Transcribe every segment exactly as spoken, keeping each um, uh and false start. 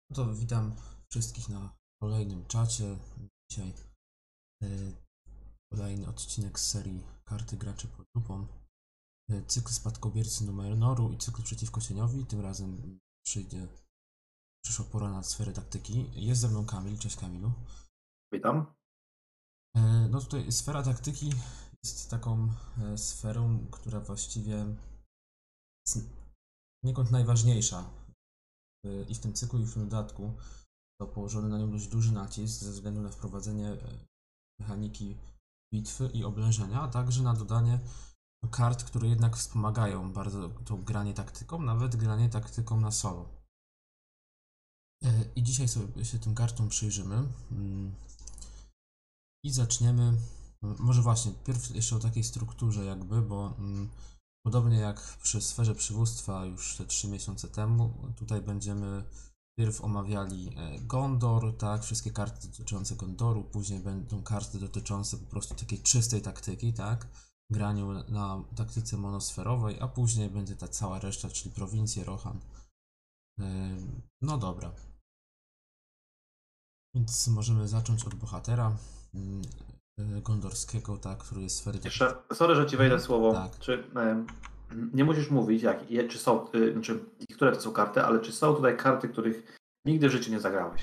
No to witam wszystkich na kolejnym czacie. Dzisiaj y, kolejny odcinek z serii Karty graczy pod lupą. Y, cykl Spadkobiercy Numeroru i cykl Przeciwko Cieniowi. Tym razem przyjdzie, przyszła pora na sferę taktyki. Jest ze mną Kamil. Cześć Kamilu. Witam. Y, no tutaj sfera taktyki jest taką y, sferą, która właściwie jest poniekąd najważniejsza y, i w tym cyklu, i w tym dodatku. To położony na nią dość duży nacisk ze względu na wprowadzenie mechaniki bitwy i oblężenia, a także na dodanie kart, które jednak wspomagają bardzo to granie taktyką, nawet granie taktyką na solo. I dzisiaj sobie się tym kartom przyjrzymy. I zaczniemy, może właśnie, pierw jeszcze o takiej strukturze jakby, bo podobnie jak przy sferze przywództwa już te trzy miesiące temu, tutaj będziemy pierw omawiali Gondor, tak, wszystkie karty dotyczące Gondoru, później będą karty dotyczące po prostu takiej czystej taktyki, tak, graniu na taktyce monosferowej, a później będzie ta cała reszta, czyli prowincje, Rohan. No dobra. Więc możemy zacząć od bohatera gondorskiego, tak, który jest sfery... Jeszcze, sorry, że ci wejdę w słowo. Tak. Czy e, nie musisz mówić, jak, je- czy są, y, znaczy, które to są karty, ale czy są tutaj karty, których nigdy w życiu nie zagrałeś?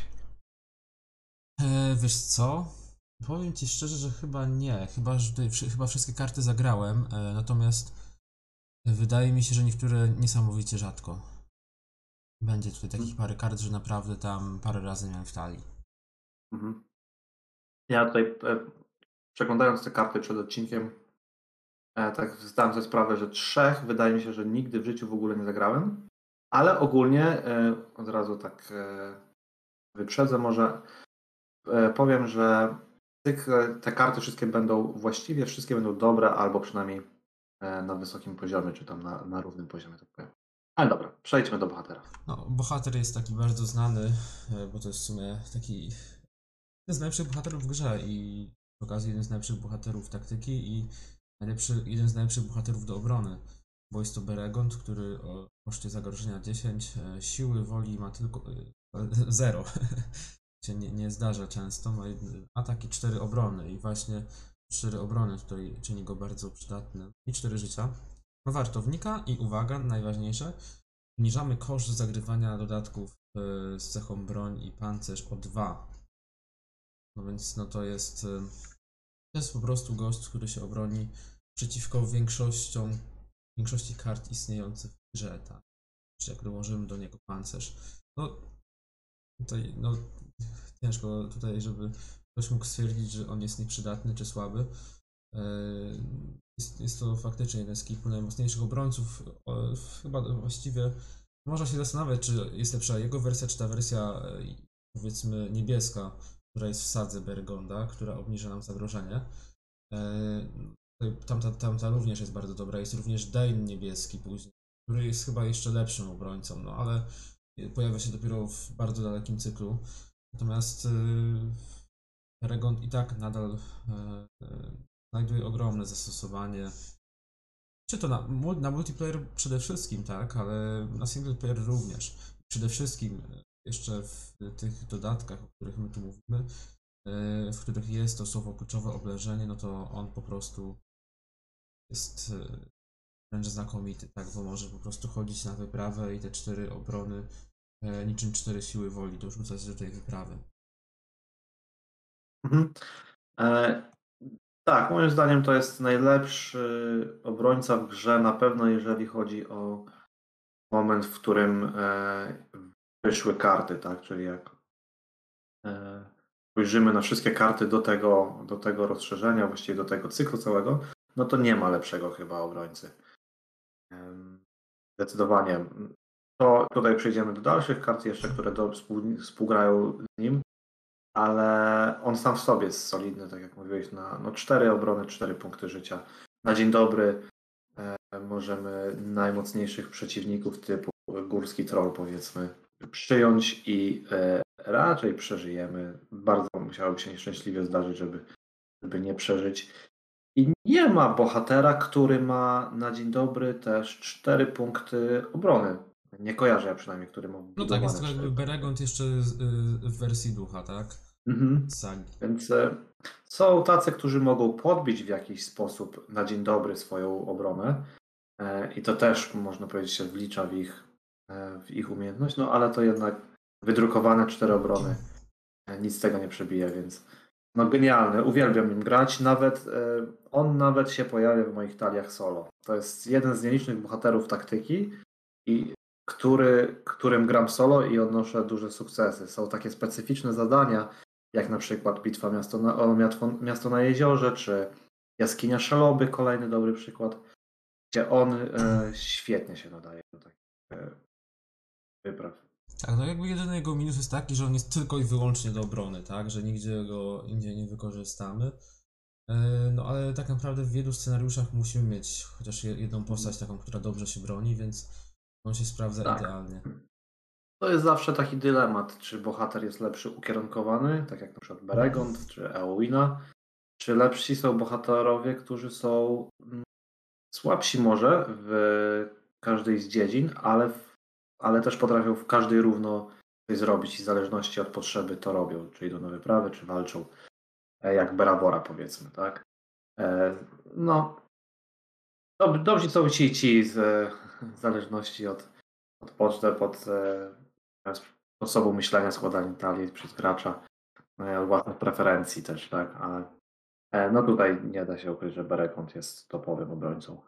E, wiesz co? Powiem ci szczerze, że chyba nie. Chyba, że tutaj wszy- chyba wszystkie karty zagrałem, e, natomiast wydaje mi się, że niektóre niesamowicie rzadko. Będzie tutaj takich Mhm. parę kart, że naprawdę tam parę razy miałem w talii. Mhm. Ja tutaj, e, przeglądając te karty przed odcinkiem, e, tak zdałem sobie sprawę, że trzech wydaje mi się, że nigdy w życiu w ogóle nie zagrałem, ale ogólnie e, od razu tak e, wyprzedzę może, e, powiem, że tych, e, te karty wszystkie będą właściwie, wszystkie będą dobre, albo przynajmniej e, na wysokim poziomie, czy tam na, na równym poziomie, tak powiem. Ale dobra, przejdźmy do bohatera. No, bohater jest taki bardzo znany, e, bo to jest w sumie taki jeden z najlepszych bohaterów w grze i przy okazji jeden z najlepszych bohaterów taktyki i najlepszy, jeden z najlepszych bohaterów do obrony. Bo jest to Beregond, który o koszcie zagrożenia dziesięć, e, siły woli ma tylko e, zero. się nie, nie zdarza często, ma ataki cztery obrony i właśnie cztery obrony tutaj czyni go bardzo przydatnym i cztery życia. Ma wartownika i uwaga, najważniejsze, obniżamy koszt zagrywania dodatków y, z cechą broń i pancerz o dwa. No więc no to jest y, to jest po prostu gość, który się obroni przeciwko większością, większości kart istniejących w grze, tak? Czy jak dołożymy do niego pancerz. No tutaj, no ciężko tutaj, żeby ktoś mógł stwierdzić, że on jest nieprzydatny czy słaby. Jest, jest to faktycznie jeden z kilku najmocniejszych obrońców. Chyba właściwie można się zastanawiać, czy jest lepsza jego wersja, czy ta wersja powiedzmy niebieska, która jest w sadze Beregonda, która obniża nam zagrożenie. Tamta, tamta również jest bardzo dobra. Jest również Dane niebieski później, który jest chyba jeszcze lepszym obrońcą, no ale pojawia się dopiero w bardzo dalekim cyklu. Natomiast Beregond i tak nadal znajduje ogromne zastosowanie. Czy to na, na multiplayer przede wszystkim, tak, ale na single player również. Przede wszystkim jeszcze w tych dodatkach, o których my tu mówimy, w których jest to słowo kluczowe oblężenie, no to on po prostu jest wręcz znakomity, tak, bo może po prostu chodzić na wyprawę i te cztery obrony niczym cztery siły woli dorzucać do tej wyprawy. Mhm. E, tak, moim zdaniem to jest najlepszy obrońca w grze, na pewno jeżeli chodzi o moment, w którym e, wyszły karty, tak, czyli jak e, spojrzymy na wszystkie karty do tego, do tego rozszerzenia, właściwie do tego cyklu całego, no to nie ma lepszego chyba obrońcy. Em, Zdecydowanie. To tutaj przejdziemy do dalszych kart jeszcze, które do, współ, współgrają z nim, ale on sam w sobie jest solidny, tak jak mówiłeś, na no, cztery obrony, cztery punkty życia. Na dzień dobry e, możemy najmocniejszych przeciwników typu górski troll, powiedzmy, przyjąć i e, raczej przeżyjemy. Bardzo musiałoby się nieszczęśliwie zdarzyć, żeby, żeby nie przeżyć. I nie ma bohatera, który ma na dzień dobry też cztery punkty obrony. Nie kojarzę ja przynajmniej, który ma No tak, jest wbudowane tylko jakby cztery punkty. Beregond jeszcze z- y, w wersji ducha, tak? Mhm. Z sagi. Więc e, są tacy, którzy mogą podbić w jakiś sposób na dzień dobry swoją obronę e, i to też można powiedzieć się wlicza w ich, e, w ich umiejętność, no ale to jednak wydrukowane cztery obrony e, nic z tego nie przebije, więc no genialne, uwielbiam nim grać, nawet e, on nawet się pojawia w moich taliach solo. To jest jeden z nielicznych bohaterów taktyki, i który, którym gram solo i odnoszę duże sukcesy. Są takie specyficzne zadania, jak na przykład Bitwa Miasto na, o Miasto, Miasto na Jeziorze, czy Jaskinia Szaloby, kolejny dobry przykład, gdzie on e, świetnie się nadaje do takich e, wypraw. Tak, no jakby jedyny jego minus jest taki, że on jest tylko i wyłącznie do obrony, tak? Że nigdzie go indziej nie wykorzystamy. E, No ale tak naprawdę w wielu scenariuszach musimy mieć chociaż je- jedną postać taką, która dobrze się broni, więc on się sprawdza Tak. idealnie. To jest zawsze taki dylemat, czy bohater jest lepszy ukierunkowany, tak jak na przykład Beregond czy Eowina, czy lepsi są bohaterowie, którzy są mm, słabsi może w każdej z dziedzin, ale, w, ale też potrafią w każdej równo coś zrobić i w zależności od potrzeby to robią, czy idą na wyprawy, czy walczą, e, jak Berawora powiedzmy, tak? E, No, dob- dobrzy są ci, ci z, w zależności od, od potrzeb, od e, sposobu myślenia, składania talii przez gracza, e, od własnych preferencji też, tak? Ale e, no tutaj nie da się ukryć, że Berekont jest topowym obrońcą.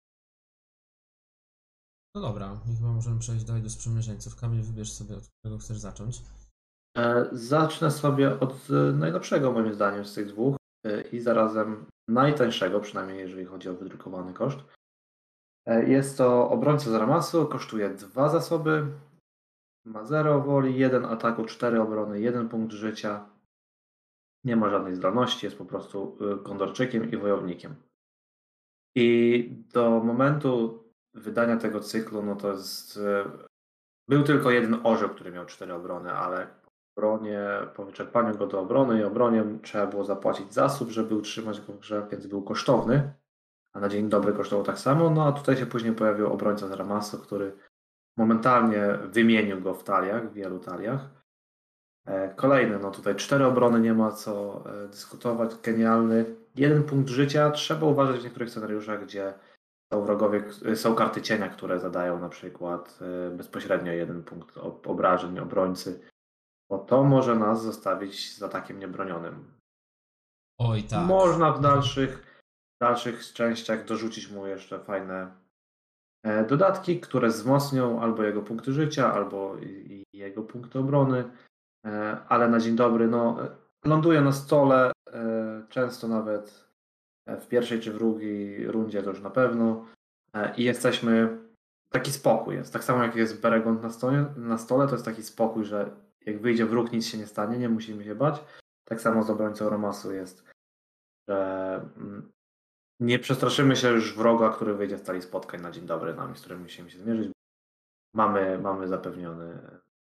No dobra, i chyba możemy przejść dalej do sprzymierzeńców. Kamil, wybierz sobie, od którego chcesz zacząć. E, Zacznę sobie od e, najlepszego moim zdaniem z tych dwóch e, i zarazem najtańszego, przynajmniej jeżeli chodzi o wydrukowany koszt. E, Jest to obrońca z Ramasu, kosztuje dwa zasoby, ma zero woli, jeden ataku, cztery obrony, jeden punkt życia. Nie ma żadnej zdolności, jest po prostu e, kondorczykiem i wojownikiem. I do momentu wydania tego cyklu, no to jest. e, Był tylko jeden orzeł, który miał cztery obrony, ale po obronie, po wyczerpaniu go do obrony i obronie trzeba było zapłacić zasób, żeby utrzymać go w grze, więc był kosztowny. A na dzień dobry kosztował tak samo. No a tutaj się później pojawił obrońca z Ramasu, który momentalnie wymienił go w taliach, w wielu taliach. E, Kolejny, no tutaj cztery obrony, nie ma co e, dyskutować, genialny. Jeden punkt życia, trzeba uważać w niektórych scenariuszach, gdzie są wrogowie, k- są karty cienia, które zadają na przykład e, bezpośrednio jeden punkt ob- obrażeń obrońcy, bo to może nas zostawić z atakiem niebronionym. Oj, tak. Można w dalszych, dalszych częściach dorzucić mu jeszcze fajne e, dodatki, które wzmocnią albo jego punkty życia, albo i, i jego punkty obrony, e, ale na dzień dobry, no, e, ląduje na stole, e, często nawet e, w pierwszej czy w drugiej rundzie to już na pewno e, i jesteśmy, taki spokój jest, tak samo jak jest Beregond na stole, na stole, to jest taki spokój, że jak wyjdzie wróg, nic się nie stanie, nie musimy się bać. Tak samo z obrońcą Romasu jest, że mm, nie przestraszymy się już wroga, który wyjdzie z talii spotkań na dzień dobry nami, z którym musimy się zmierzyć. Mamy, mamy zapewniony,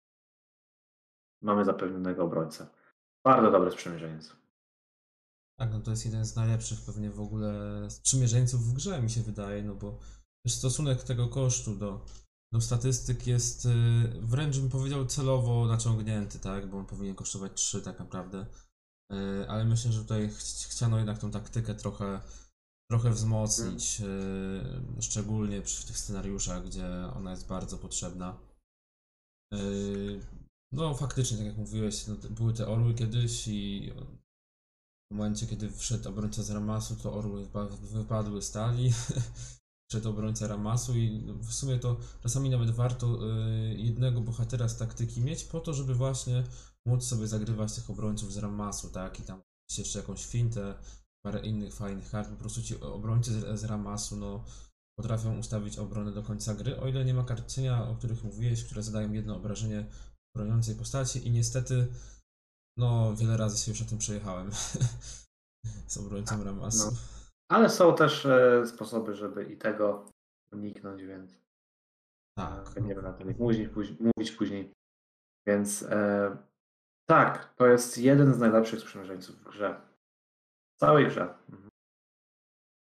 mamy zapewnionego obrońcę. Bardzo dobry sprzymierzeniec. Tak, no to jest jeden z najlepszych pewnie w ogóle sprzymierzeńców w grze, mi się wydaje, no bo też stosunek tego kosztu do, do statystyk jest y, wręcz bym powiedział celowo naciągnięty, tak, bo on powinien kosztować trzy tak naprawdę. Y, ale myślę, że tutaj ch chciano jednak tą taktykę trochę, trochę wzmocnić, y, szczególnie przy tych scenariuszach, gdzie ona jest bardzo potrzebna. Y, no faktycznie, tak jak mówiłeś, no, te- były te orły kiedyś i w momencie, kiedy wszedł obrońca z Ramasu, to orły wypa- wypadły z talii. Wszedł obrońca Ramasu i w sumie to czasami nawet warto y, jednego bohatera z taktyki mieć po to, żeby właśnie móc sobie zagrywać tych obrońców z Ramasu, tak? I tam jeszcze jakąś fintę, parę innych fajnych kart. Po prostu ci obrońcy z, z Ramasu, no, potrafią ustawić obronę do końca gry, o ile nie ma kart cienia, o których mówiłeś, które zadają jedno obrażenie broniącej postaci i niestety no, wiele razy się już na tym przejechałem z obrońcą No. Ramasu. Ale są też e, sposoby, żeby i tego uniknąć, więc e, Tak, no, będziemy na tym mówić, później- mówić później. Więc e, tak, to jest jeden z najlepszych sprzymierzeńców w grze. W całej grze. Mhm.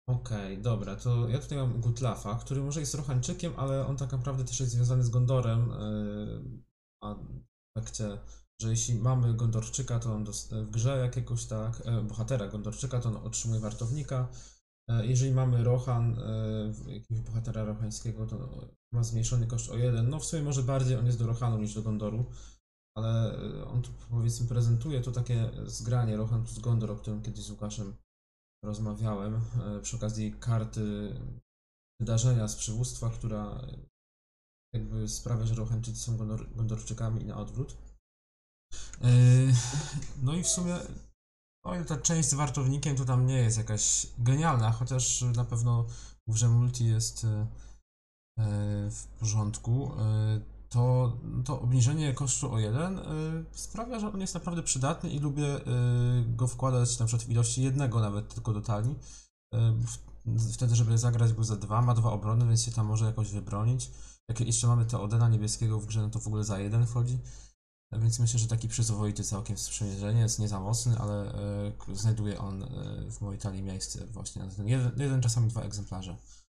Okej, dobra, to ja tutaj mam Gutlafa, który może jest Rohańczykiem, ale on tak naprawdę też jest związany z Gondorem. Yy, a w efekcie, że jeśli mamy Gondorczyka, to on dos- w grze jakiegoś tak, e, bohatera Gondorczyka, to on otrzymuje wartownika. E, Jeżeli mamy Rohan, e, w- jakiegoś bohatera rohańskiego, to ma zmniejszony koszt o jeden. No w sumie może bardziej on jest do Rohanu niż do Gondoru, ale e, on tu powiedzmy prezentuje to takie zgranie Rohan plus Gondor, o którym kiedyś z Łukaszem rozmawiałem, e, przy okazji karty wydarzenia z przywództwa, która jakby sprawia, że Rohańczycy są Gondor, Gondorczykami i na odwrót. E, No i w sumie, o ile ta część z wartownikiem to tam nie jest jakaś genialna, chociaż na pewno w grze multi jest e, e, w porządku, e, to, to obniżenie kosztu o jeden e, sprawia, że on jest naprawdę przydatny i lubię e, go wkładać na przykład w ilości jednego nawet tylko do talii. E, w- Wtedy, żeby zagrać go za dwa, ma dwa obrony, więc się tam może jakoś wybronić. Jak jeszcze mamy Teodena niebieskiego w grze, no to w ogóle za jeden wchodzi. E, Więc myślę, że taki przyzwoity całkiem sprzymierzenie, jest nie za mocny, ale e, k- znajduje on e, w mojej talii miejsce właśnie na ten jeden, jeden czasami dwa egzemplarze.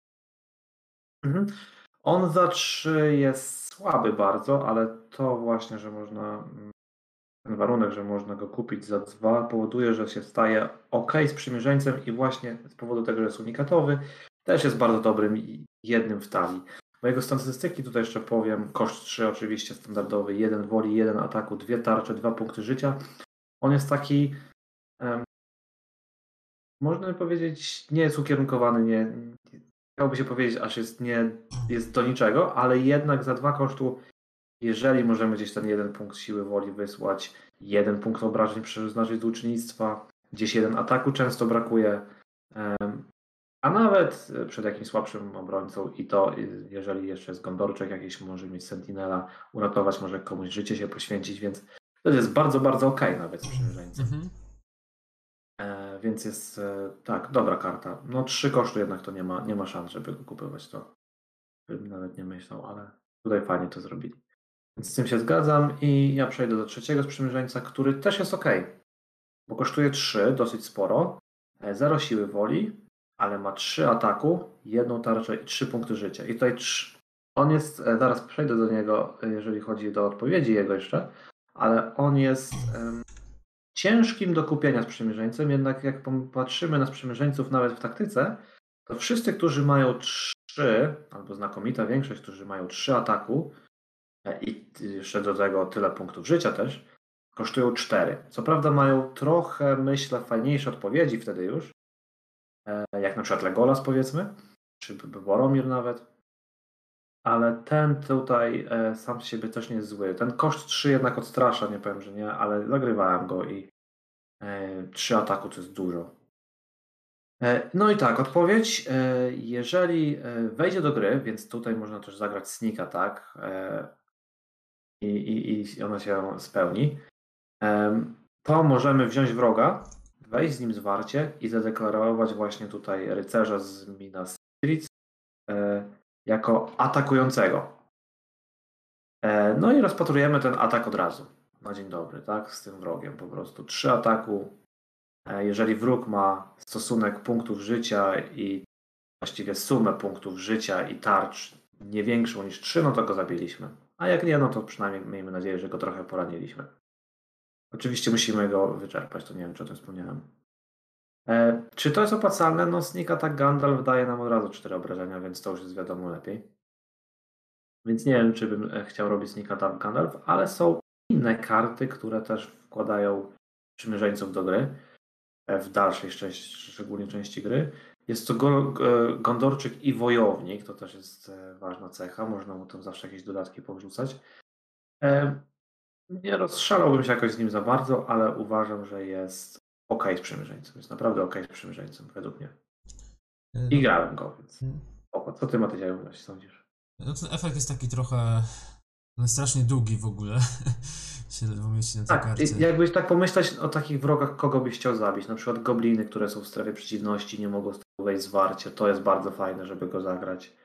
Mhm. On za trzy jest słaby bardzo, ale to właśnie, że można, mm, ten warunek, że można go kupić za dwa, powoduje, że się staje ok z przymierzeńcem i właśnie z powodu tego, że jest unikatowy, też jest bardzo dobrym i jednym w talii. Mojego statystyki tutaj jeszcze powiem, koszt trzy oczywiście standardowy, jeden woli, jeden ataku, dwie tarcze, dwa punkty życia. On jest taki, em, można by powiedzieć, nie jest ukierunkowany, nie, chciałoby się powiedzieć, aż jest nie jest do niczego, ale jednak za dwa kosztu, jeżeli możemy gdzieś ten jeden punkt siły woli wysłać, jeden punkt obrażeń przeznaczyć z łucznictwa, gdzieś jeden ataku często brakuje, em, a nawet e, przed jakimś słabszym obrońcą i to, y, jeżeli jeszcze jest Gondorczek jakiś, może mieć Sentinela, uratować, może komuś życie się poświęcić, więc to jest bardzo, bardzo okej nawet z przymierzeńcem. Mhm. E, więc jest, e, tak, dobra karta. No trzy kosztu jednak to nie ma, nie ma szans, żeby go kupować, to bym nawet nie myślał, ale tutaj fajnie to zrobili. Więc z tym się zgadzam i ja przejdę do trzeciego sprzymierzeńca, który też jest ok, bo kosztuje trzy, dosyć sporo, e, zero siły woli, ale ma trzy ataku, jedną tarczę i trzy punkty życia. I tutaj trz- on jest, e, zaraz przejdę do niego, e, jeżeli chodzi do odpowiedzi jego jeszcze, ale on jest em, ciężkim do kupienia sprzymierzeńcem, jednak jak patrzymy na sprzymierzeńców nawet w taktyce, to wszyscy, którzy mają trzy, albo znakomita większość, którzy mają trzy ataku, e, i jeszcze do tego tyle punktów życia też, kosztują cztery. Co prawda mają trochę, myślę, fajniejsze odpowiedzi wtedy już, e, jak na przykład Legolas powiedzmy, czy B- B- Boromir nawet, ale ten tutaj e, sam z siebie też nie jest zły. Ten koszt trzy jednak odstrasza, nie powiem, że nie, ale zagrywałem go i e, trzy ataku to jest dużo. E, No i tak, odpowiedź. e, Jeżeli e, wejdzie do gry, więc tutaj można też zagrać sneaka, tak? e, I, i, i ona się spełni. em, To możemy wziąć wroga, wejść z nim zwarcie i zadeklarować właśnie tutaj rycerza z Minas Tirith e, jako atakującego. E, No i rozpatrujemy ten atak od razu. Na dzień dobry, tak? Z tym wrogiem po prostu. Trzy ataku. E, Jeżeli wróg ma stosunek punktów życia i właściwie sumę punktów życia i tarcz nie większą niż trzy, no to go zabiliśmy. A jak nie, no to przynajmniej miejmy nadzieję, że go trochę poraniliśmy. Oczywiście musimy go wyczerpać, to nie wiem, czy o tym wspomniałem. E, czy to jest opłacalne? No Sneak Attack Gandalf daje nam od razu cztery obrażenia, więc to już jest wiadomo lepiej. Więc nie wiem, czy bym e, chciał robić Sneak Attack Gandalf, ale są inne karty, które też wkładają przymierzeńców do gry e, w dalszej części, szczególnie części gry. Jest to go, e, Gondorczyk i Wojownik, to też jest e, ważna cecha, można mu tam zawsze jakieś dodatki powrzucać. E, Nie rozszalałbym się jakoś z nim za bardzo, ale uważam, że jest ok z przymierzeńcem. Jest naprawdę ok z przymierzeńcem, według mnie. E, I No, grałem go, więc mm, spoko. Co ty, Mateusz, właśnie sądzisz? no ten efekt jest taki trochę no, strasznie długi w ogóle. Się ledwo mieści na tej Tak, i karcie. jakbyś tak pomyśleć o takich wrogach, kogo byś chciał zabić. Na przykład gobliny, które są w strefie przeciwności, nie mogą z tego wejść zwarcie. To jest bardzo fajne, żeby go zagrać.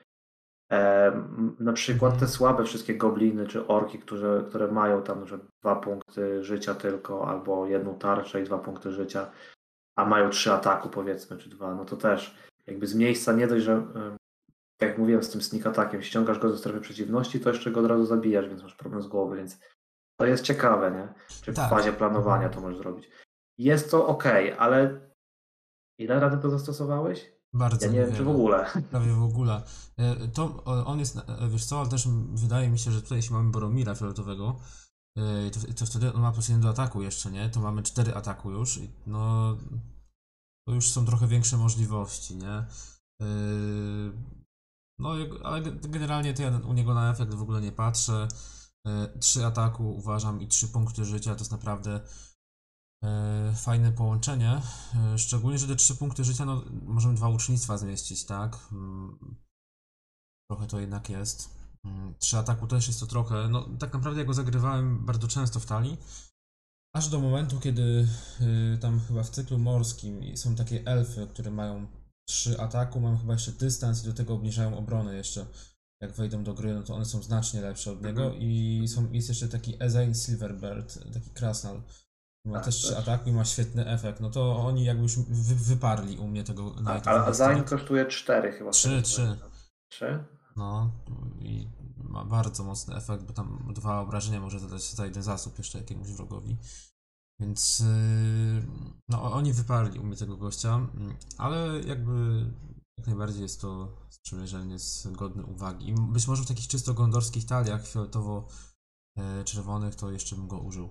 Em, na przykład te Mhm. słabe wszystkie gobliny czy orki, które, które mają tam na przykład dwa punkty życia tylko, albo jedną tarczę i dwa punkty życia, a mają trzy ataku powiedzmy, czy dwa, no to też jakby z miejsca nie dość, że e, tak jak mówiłem z tym sneak attackiem, ściągasz go ze strefy przeciwności, to jeszcze go od razu zabijasz, więc masz problem z głowy, więc to jest ciekawe, nie? Czy w Tak. fazie planowania to możesz zrobić. Jest to ok, ale ile razy to zastosowałeś? Bardzo Ja nie wiem, czy w niewiele. ogóle. Prawie w ogóle. E, To o- on jest, e, wiesz co, ale też wydaje mi się, że tutaj jeśli mamy Boromira fioletowego, e, to, to wtedy on ma plus jeden do ataku jeszcze, nie? To mamy cztery ataku już. I no, to już są trochę większe możliwości, nie? E, No, jak- ale ge- generalnie to ja u niego na efekt w ogóle nie patrzę. E, Trzy ataku uważam i trzy punkty życia to jest naprawdę e, fajne połączenie. E, szczególnie, że te trzy punkty życia, no, możemy dwa ucznictwa zmieścić, tak? Mm, Trochę to jednak jest. Mm, Trzy ataku też jest to trochę. No, tak naprawdę ja go zagrywałem bardzo często w talii. Aż do momentu, kiedy y, tam chyba w cyklu morskim są takie elfy, które mają trzy ataku, mają chyba jeszcze dystans i do tego obniżają obronę jeszcze. Jak wejdą do gry, no to one są znacznie lepsze od niego. I są, jest jeszcze taki Ezain Silverbird, taki krasnal. Ma Tak, też trzy też. ataku i ma świetny efekt. No to oni jakby już wy, wyparli u mnie tego A, Knight ale of the Azain Street. kosztuje cztery chyba. z Trzy, tego, co trzy. pamiętam. trzy? No i ma bardzo mocny efekt, bo tam dwa obrażenia może zadać za jeden zasób jeszcze jakiemuś wrogowi. Więc yy, no oni wyparli u mnie tego gościa, mm, ale jakby jak najbardziej jest to sprzymierzenie z godny uwagi. I być może w takich czysto gondorskich taliach fioletowo-czerwonych to jeszcze bym go użył.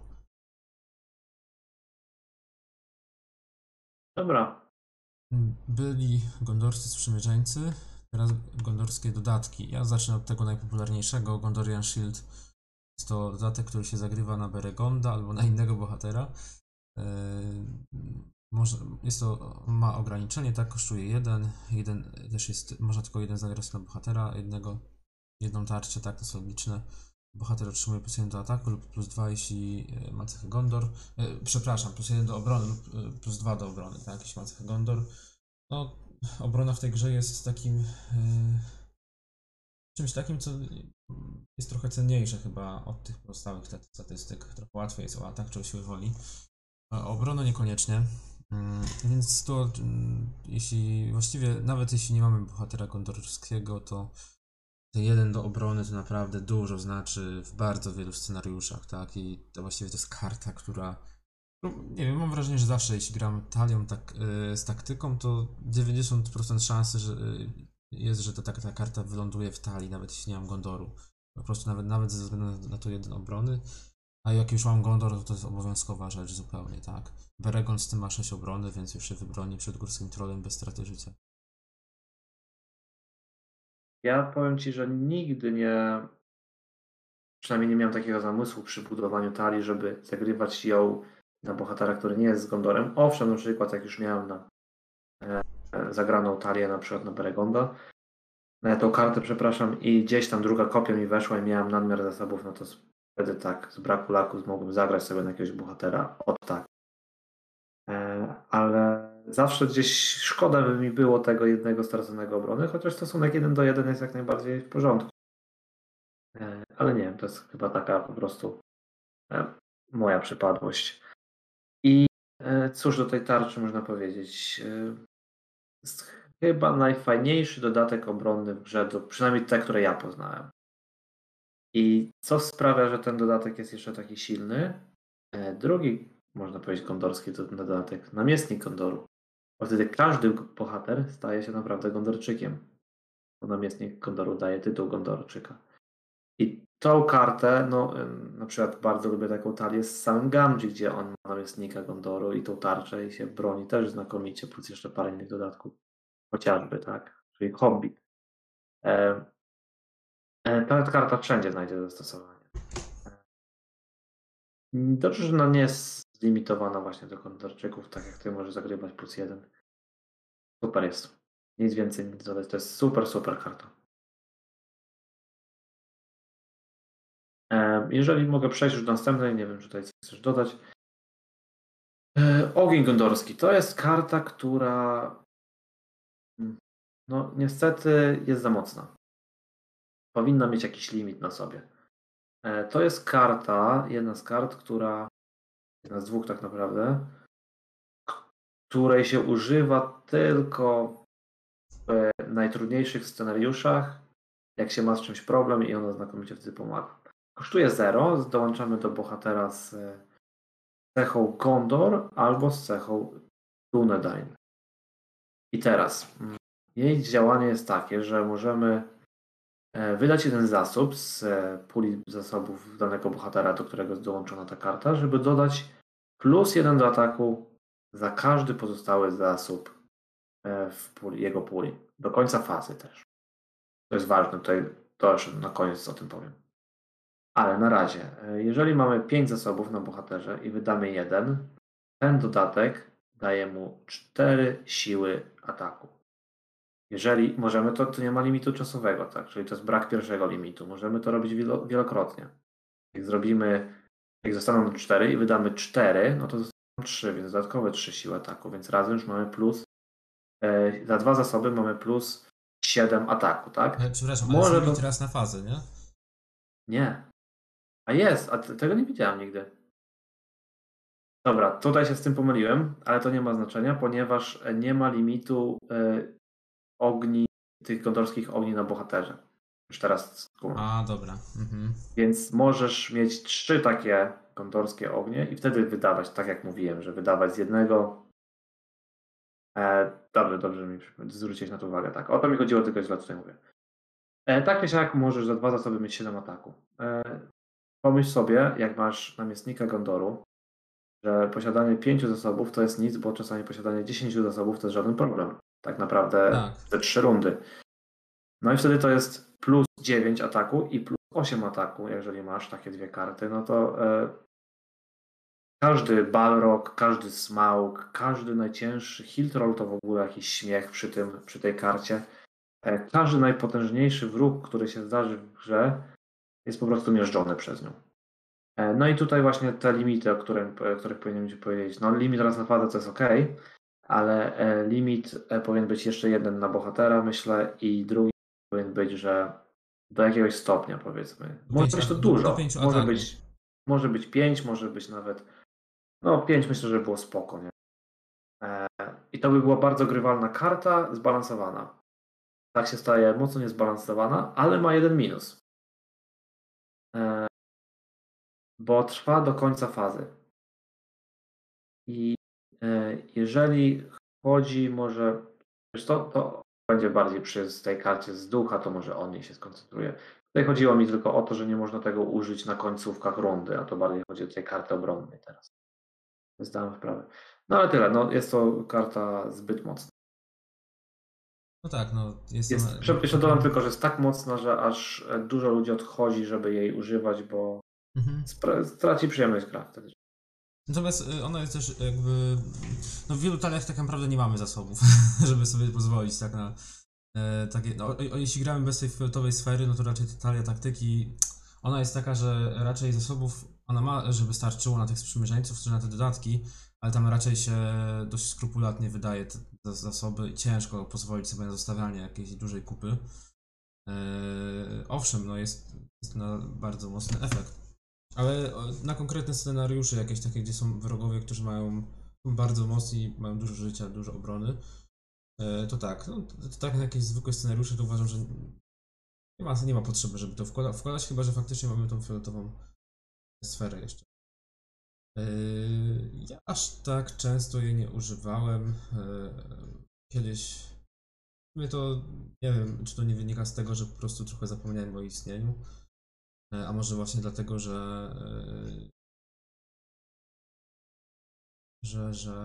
Dobra. Byli gondorscy sprzymierzeńcy, teraz gondorskie dodatki. Ja zacznę od tego najpopularniejszego, Gondorian Shield. Jest to dodatek, który się zagrywa na Beregonda albo na innego bohatera. Yy, może, jest to, ma ograniczenie, tak, kosztuje jeden, jeden też jest, można tylko jeden zagrać na bohatera, jednego, jedną tarczę, tak, to jest logiczne. Bohater otrzymuje plus jeden do ataku lub plus dwa, jeśli e, ma cechę Gondor. E, przepraszam, plus jeden do obrony lub e, plus dwa do obrony, tak, jeśli ma cechę Gondor. No, obrona w tej grze jest takim e, czymś takim, co jest trochę cenniejsze chyba od tych pozostałych statystyk. Trochę łatwiej jest o atak czy o siłę woli. A obronę niekoniecznie. Mm, Więc to, mm, jeśli właściwie, nawet jeśli nie mamy bohatera gondorskiego, to ten jeden do obrony to naprawdę dużo znaczy w bardzo wielu scenariuszach, tak? I to właściwie to jest karta, która. No, nie wiem, mam wrażenie, że zawsze jeśli gram talią tak, y, z taktyką, to dziewięćdziesiąt procent szansy, że y, jest, że ta, ta, ta karta wyląduje w talii, nawet jeśli nie mam Gondoru. Po prostu nawet, nawet ze względu na, na to jeden obrony. A jak już mam Gondor, to to jest obowiązkowa rzecz zupełnie, tak? Beregon z tym ma sześć obrony, więc już się wybroni przed górskim trolem bez straty życia. Ja powiem Ci, że nigdy nie, przynajmniej nie miałem takiego zamysłu przy budowaniu talii, żeby zagrywać ją na bohatera, który nie jest z Gondorem. Owszem, na przykład jak już miałem na e, zagraną talię na przykład na Beregonda, na tą kartę, przepraszam, i gdzieś tam druga kopia mi weszła i miałem nadmiar zasobów, no to wtedy tak, z braku laków mogłem zagrać sobie na jakiegoś bohatera. Od tak. E, ale zawsze gdzieś szkoda by mi było tego jednego straconego obrony, chociaż stosunek jeden do jeden jest jak najbardziej w porządku. E, ale nie wiem, to jest chyba taka po prostu e, moja przypadłość. I e, cóż do tej tarczy można powiedzieć? E, jest chyba najfajniejszy dodatek obronny w grze, do, przynajmniej te, które ja poznałem. I co sprawia, że ten dodatek jest jeszcze taki silny? E, drugi, można powiedzieć, gondorski dodatek, namiestnik Gondoru. Bo wtedy każdy bohater staje się naprawdę Gondorczykiem. Bo namiestnik Gondoru daje tytuł Gondorczyka. I tą kartę, no na przykład bardzo lubię taką talię z samym Gamgee, gdzie on ma namiestnika Gondoru i tą tarczę i się broni też znakomicie, plus jeszcze parę innych dodatków. Chociażby, tak? Czyli Hobbit. E, e, ta karta wszędzie znajdzie zastosowanie. Dobrze, że ona nie jest zlimitowana właśnie do Gondorczyków, tak jak ty możesz zagrywać plus jeden. Super jest. Nic więcej, nic dodać. To jest super, super karta. E, jeżeli mogę przejść już do następnej, nie wiem, czy tutaj coś chcesz dodać. E, Ogień Gondorski to jest karta, która mm, no niestety jest za mocna. Powinna mieć jakiś limit na sobie. E, to jest karta, jedna z kart, która, jedna z dwóch tak naprawdę, której się używa tylko najtrudniejszych scenariuszach, jak się ma z czymś problem i ona znakomicie wtedy pomaga. Kosztuje zero, dołączamy do bohatera z cechą Gondor albo z cechą Dunedain. I teraz jej działanie jest takie, że możemy wydać jeden zasób z puli zasobów danego bohatera, do którego jest dołączona ta karta, żeby dodać plus jeden do ataku za każdy pozostały zasób w puli, jego puli. Do końca fazy też. To jest ważne, tutaj to już na koniec o tym powiem. Ale na razie, jeżeli mamy pięć zasobów na bohaterze i wydamy jeden, ten dodatek daje mu cztery siły ataku. Jeżeli możemy, to, to nie ma limitu czasowego, tak? Czyli to jest brak pierwszego limitu. Możemy to robić wielo, wielokrotnie. Jak zrobimy, jak zostaną nam cztery i wydamy cztery, no to zostaną trzy, więc dodatkowe trzy siły ataku, więc razem już mamy plus, e, za dwa zasoby mamy plus siedem ataku, tak? E, przepraszam, Może ale to... teraz na fazę, nie? Nie. A jest, a t- tego nie widziałem nigdy. Dobra, tutaj się z tym pomyliłem, ale to nie ma znaczenia, ponieważ nie ma limitu y, ogni, tych gondorskich ogni na bohaterze. Już teraz skumam. A, dobra. Mhm. Więc możesz mieć trzy takie gondorskie ognie i wtedy wydawać, tak jak mówiłem, że wydawać z jednego. E, dobrze, dobrze mi zwrócić na to uwagę. Tak, o to mi chodziło, tylko źle tutaj mówię. E, tak czy siak możesz za dwa zasoby mieć siedem ataku. E, pomyśl sobie, jak masz namiestnika Gondoru, że posiadanie pięciu zasobów to jest nic, bo czasami posiadanie dziesięciu zasobów to jest żaden problem. Tak naprawdę Tak. te trzy rundy. No i wtedy to jest plus dziewięć ataku i plus osiem ataku, jeżeli masz takie dwie karty, no to e, każdy Balrog, każdy Smaug, każdy najcięższy Hiltroll to w ogóle jakiś śmiech przy, tym, przy tej karcie. E, każdy najpotężniejszy wróg, który się zdarzy w grze, jest po prostu miażdżony przez nią. No i tutaj właśnie te limity, o których, o których powinienem Ci powiedzieć. No limit raz na fadę to jest ok, ale limit powinien być jeszcze jeden na bohatera, myślę, i drugi powinien być, że do jakiegoś stopnia, powiedzmy. Może być to dużo. Może być, może być pięć, może być nawet. No pięć myślę, że było spoko, nie? I to by była bardzo grywalna karta, zbalansowana. Tak się staje mocno niezbalansowana, ale ma jeden minus. Bo trwa do końca fazy. I jeżeli chodzi może, wiesz to, to będzie bardziej przy tej karcie z ducha, to może o niej się skoncentruje. Tutaj chodziło mi tylko o to, że nie można tego użyć na końcówkach rundy, a to bardziej chodzi o tej karty obronnej teraz. Zdałem wprawę. No ale tyle, no jest to karta zbyt mocna. No tak, no jest, jest ona... Jeszcze dodam tylko, że jest tak mocna, że aż dużo ludzi odchodzi, żeby jej używać, bo mhm. straci przyjemność gra wtedy. Natomiast ona jest też jakby, no w wielu taliach tak naprawdę nie mamy zasobów, żeby sobie pozwolić tak na e, takie, no, o, o, jeśli gramy bez tej fioletowej sfery, no to raczej ta talia taktyki, ona jest taka, że raczej zasobów ona ma, żeby starczyło na tych sprzymierzeńców, czy na te dodatki, ale tam raczej się dość skrupulatnie wydaje te, te zasoby i ciężko pozwolić sobie na zostawianie jakiejś dużej kupy. E, owszem, no jest, jest na bardzo mocny efekt. Ale na konkretne scenariusze jakieś takie, gdzie są wrogowie, którzy mają bardzo mocni, mają dużo życia, dużo obrony, to tak, no, to, to tak na jakieś zwykłe scenariusze to uważam, że nie ma, nie ma potrzeby, żeby to wkłada, wkładać, chyba że faktycznie mamy tą fioletową sferę jeszcze. Ja aż tak często jej nie używałem. Kiedyś, mnie to, nie wiem, czy to nie wynika z tego, że po prostu trochę zapomniałem o jej istnieniu. A może właśnie dlatego, że że, że...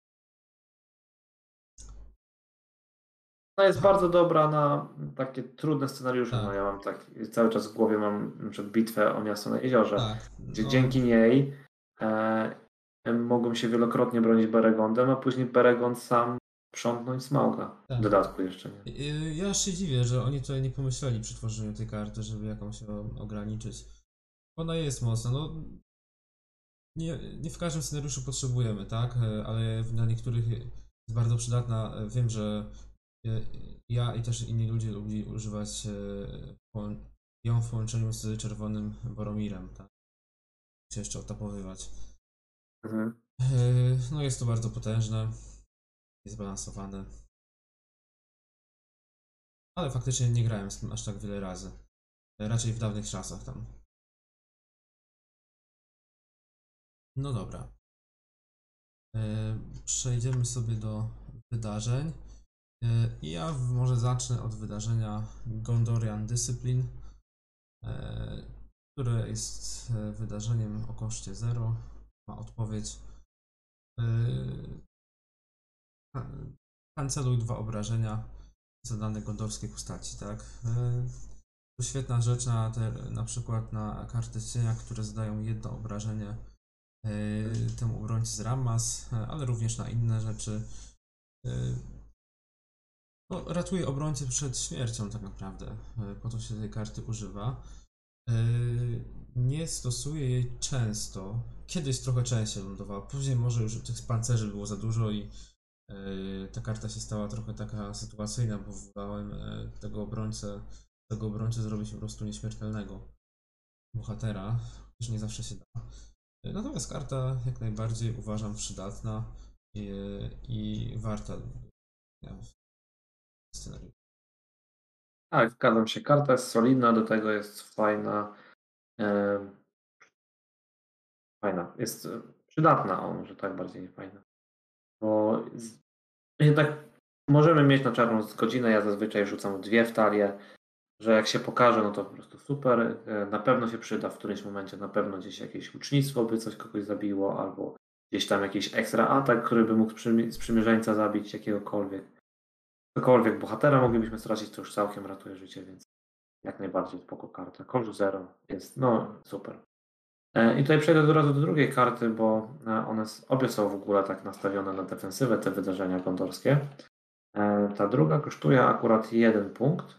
Ona jest bardzo dobra na takie trudne scenariusze. Tak. No ja mam tak, cały czas w głowie mam przed bitwę o miasto na jeziorze, tak, gdzie no... dzięki niej e, mogłem się wielokrotnie bronić Beregondem, a później Beregond sam sprzątnąć Smauga. Tak. W dodatku jeszcze nie. Ja aż się dziwię, że oni tutaj nie pomyśleli przy tworzeniu tej karty, żeby jakąś ją ograniczyć. Ona jest mocna, no nie, nie w każdym scenariuszu potrzebujemy, tak, ale dla niektórych jest bardzo przydatna. Wiem, że ja i też inni ludzie lubi używać ją w połączeniu z czerwonym Boromirem, tak, się jeszcze otapowywać. Mhm. No jest to bardzo potężne, jest zbalansowane. Ale faktycznie nie grałem z tym aż tak wiele razy. Raczej w dawnych czasach tam. No dobra. E, Przejdziemy sobie do wydarzeń. E, I ja w- może zacznę od wydarzenia Gondorian Discipline, e, które jest e, wydarzeniem o koszcie zero. Ma odpowiedź. e, kan- Kanceluj dwa obrażenia zadane gondorskiej postaci, tak? E, To świetna rzecz na, te, na przykład na karty cienia, które zadają jedno obrażenie e, temu obrońcy z Rammas, e, ale również na inne rzeczy. E, No, ratuje obrońcę przed śmiercią tak naprawdę. E, Po to się tej karty używa. E, Nie stosuję jej często. Kiedyś trochę częściej lądowała. Później może już tych pancerzy było za dużo i e, ta karta się stała trochę taka sytuacyjna, bo wolałem e, tego obrońcę, tego obrońcę zrobić po prostu nieśmiertelnego bohatera, chociaż nie zawsze się da. E, Natomiast karta jak najbardziej uważam przydatna i, i warta dnia w scenariuszu. Tak, zgadzam się. Karta jest solidna, do tego jest fajna. em, Fajna. Jest e, przydatna, o może tak bardziej nie fajna. Bo z- jednak możemy mieć na czarną z godzinę. Ja zazwyczaj rzucam dwie w talię, że jak się pokaże, no to po prostu super. E, Na pewno się przyda w którymś momencie, na pewno gdzieś jakieś łucznictwo by coś kogoś zabiło, albo gdzieś tam jakiś ekstra atak, który by mógł sprzymie- sprzymierzeńca zabić jakiegokolwiek. Cokolwiek bohatera moglibyśmy stracić, to już całkiem ratuje życie, więc jak najbardziej spoko karta. Kolczu zero jest, no super. E, I tutaj przejdę od razu do drugiej karty, bo e, one s- obie są w ogóle tak nastawione na defensywę, te wydarzenia gondorskie. E, Ta druga kosztuje akurat jeden punkt.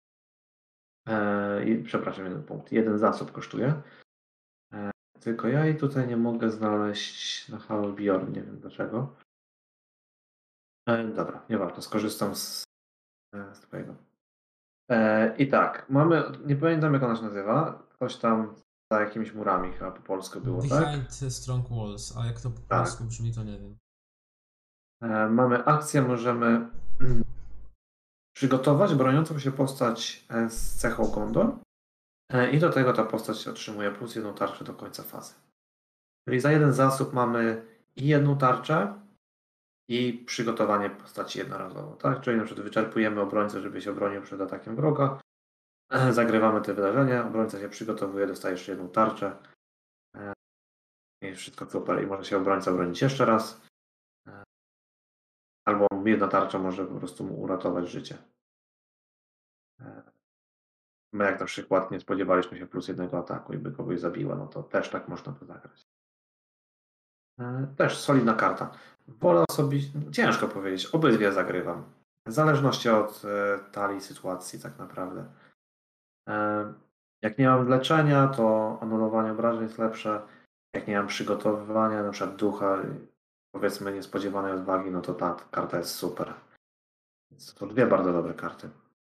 E, i, przepraszam, jeden punkt. Jeden zasób kosztuje. E, Tylko ja jej tutaj nie mogę znaleźć na Halbjorn, nie wiem dlaczego. E, dobra, nie warto, skorzystam z, e, z twojego. E, I tak, mamy, nie pamiętam jak ona się nazywa, coś tam za jakimiś murami chyba po polsku było, tak? Behind Strong Walls, a jak to po Tak. polsku brzmi, to nie wiem. E, Mamy akcję, możemy przygotować broniącą się postać e, z cechą Gondor e, i do tego ta postać otrzymuje plus jedną tarczę do końca fazy. Czyli za jeden zasób mamy i jedną tarczę i przygotowanie postaci jednorazowo, tak? Czyli na przykład wyczerpujemy obrońcę, żeby się obronił przed atakiem wroga, e, zagrywamy te wydarzenia, obrońca się przygotowuje, dostaje jeszcze jedną tarczę e, i wszystko super i może się obrońca bronić jeszcze raz. E, Albo jedna tarcza może po prostu mu uratować życie. E, My jak na przykład nie spodziewaliśmy się plus jednego ataku i by kogoś zabiła, no to też tak można to zagrać. E, Też solidna karta. Wolę osobiście, ciężko powiedzieć, obydwie zagrywam. W zależności od e, talii sytuacji tak naprawdę. E, Jak nie mam leczenia, to anulowanie obrażeń jest lepsze. Jak nie mam przygotowywania, na przykład ducha, powiedzmy niespodziewanej odwagi, no to ta karta jest super. Więc to dwie bardzo dobre karty.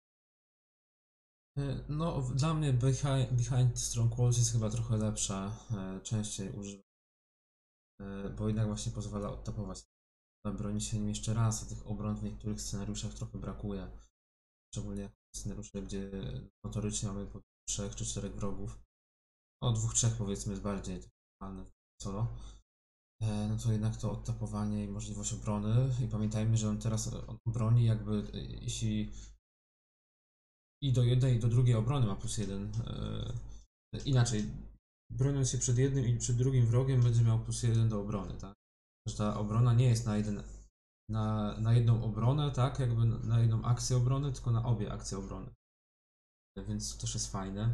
E, No, w- dla mnie Behind, Behind Strong Walls jest chyba trochę lepsza, e, częściej używam, e, bo jednak właśnie pozwala odtapować. Bronić się nim jeszcze raz, a tych obron w niektórych scenariuszach trochę brakuje. Szczególnie jak scenariusze, gdzie notorycznie mamy po trzech czy czterech wrogów. O dwóch, trzech powiedzmy jest bardziej normalne w solo. E, No to jednak to odtapowanie i możliwość obrony. I pamiętajmy, że on teraz od broni jakby, e, jeśli i do jednej, i do drugiej obrony ma plus jeden. E, inaczej, broniąc się przed jednym i przed drugim wrogiem będzie miał plus jeden do obrony, tak? Że ta obrona nie jest na jeden, na, na jedną obronę, tak? Jakby na jedną akcję obrony, tylko na obie akcje obrony. E, Więc to też jest fajne.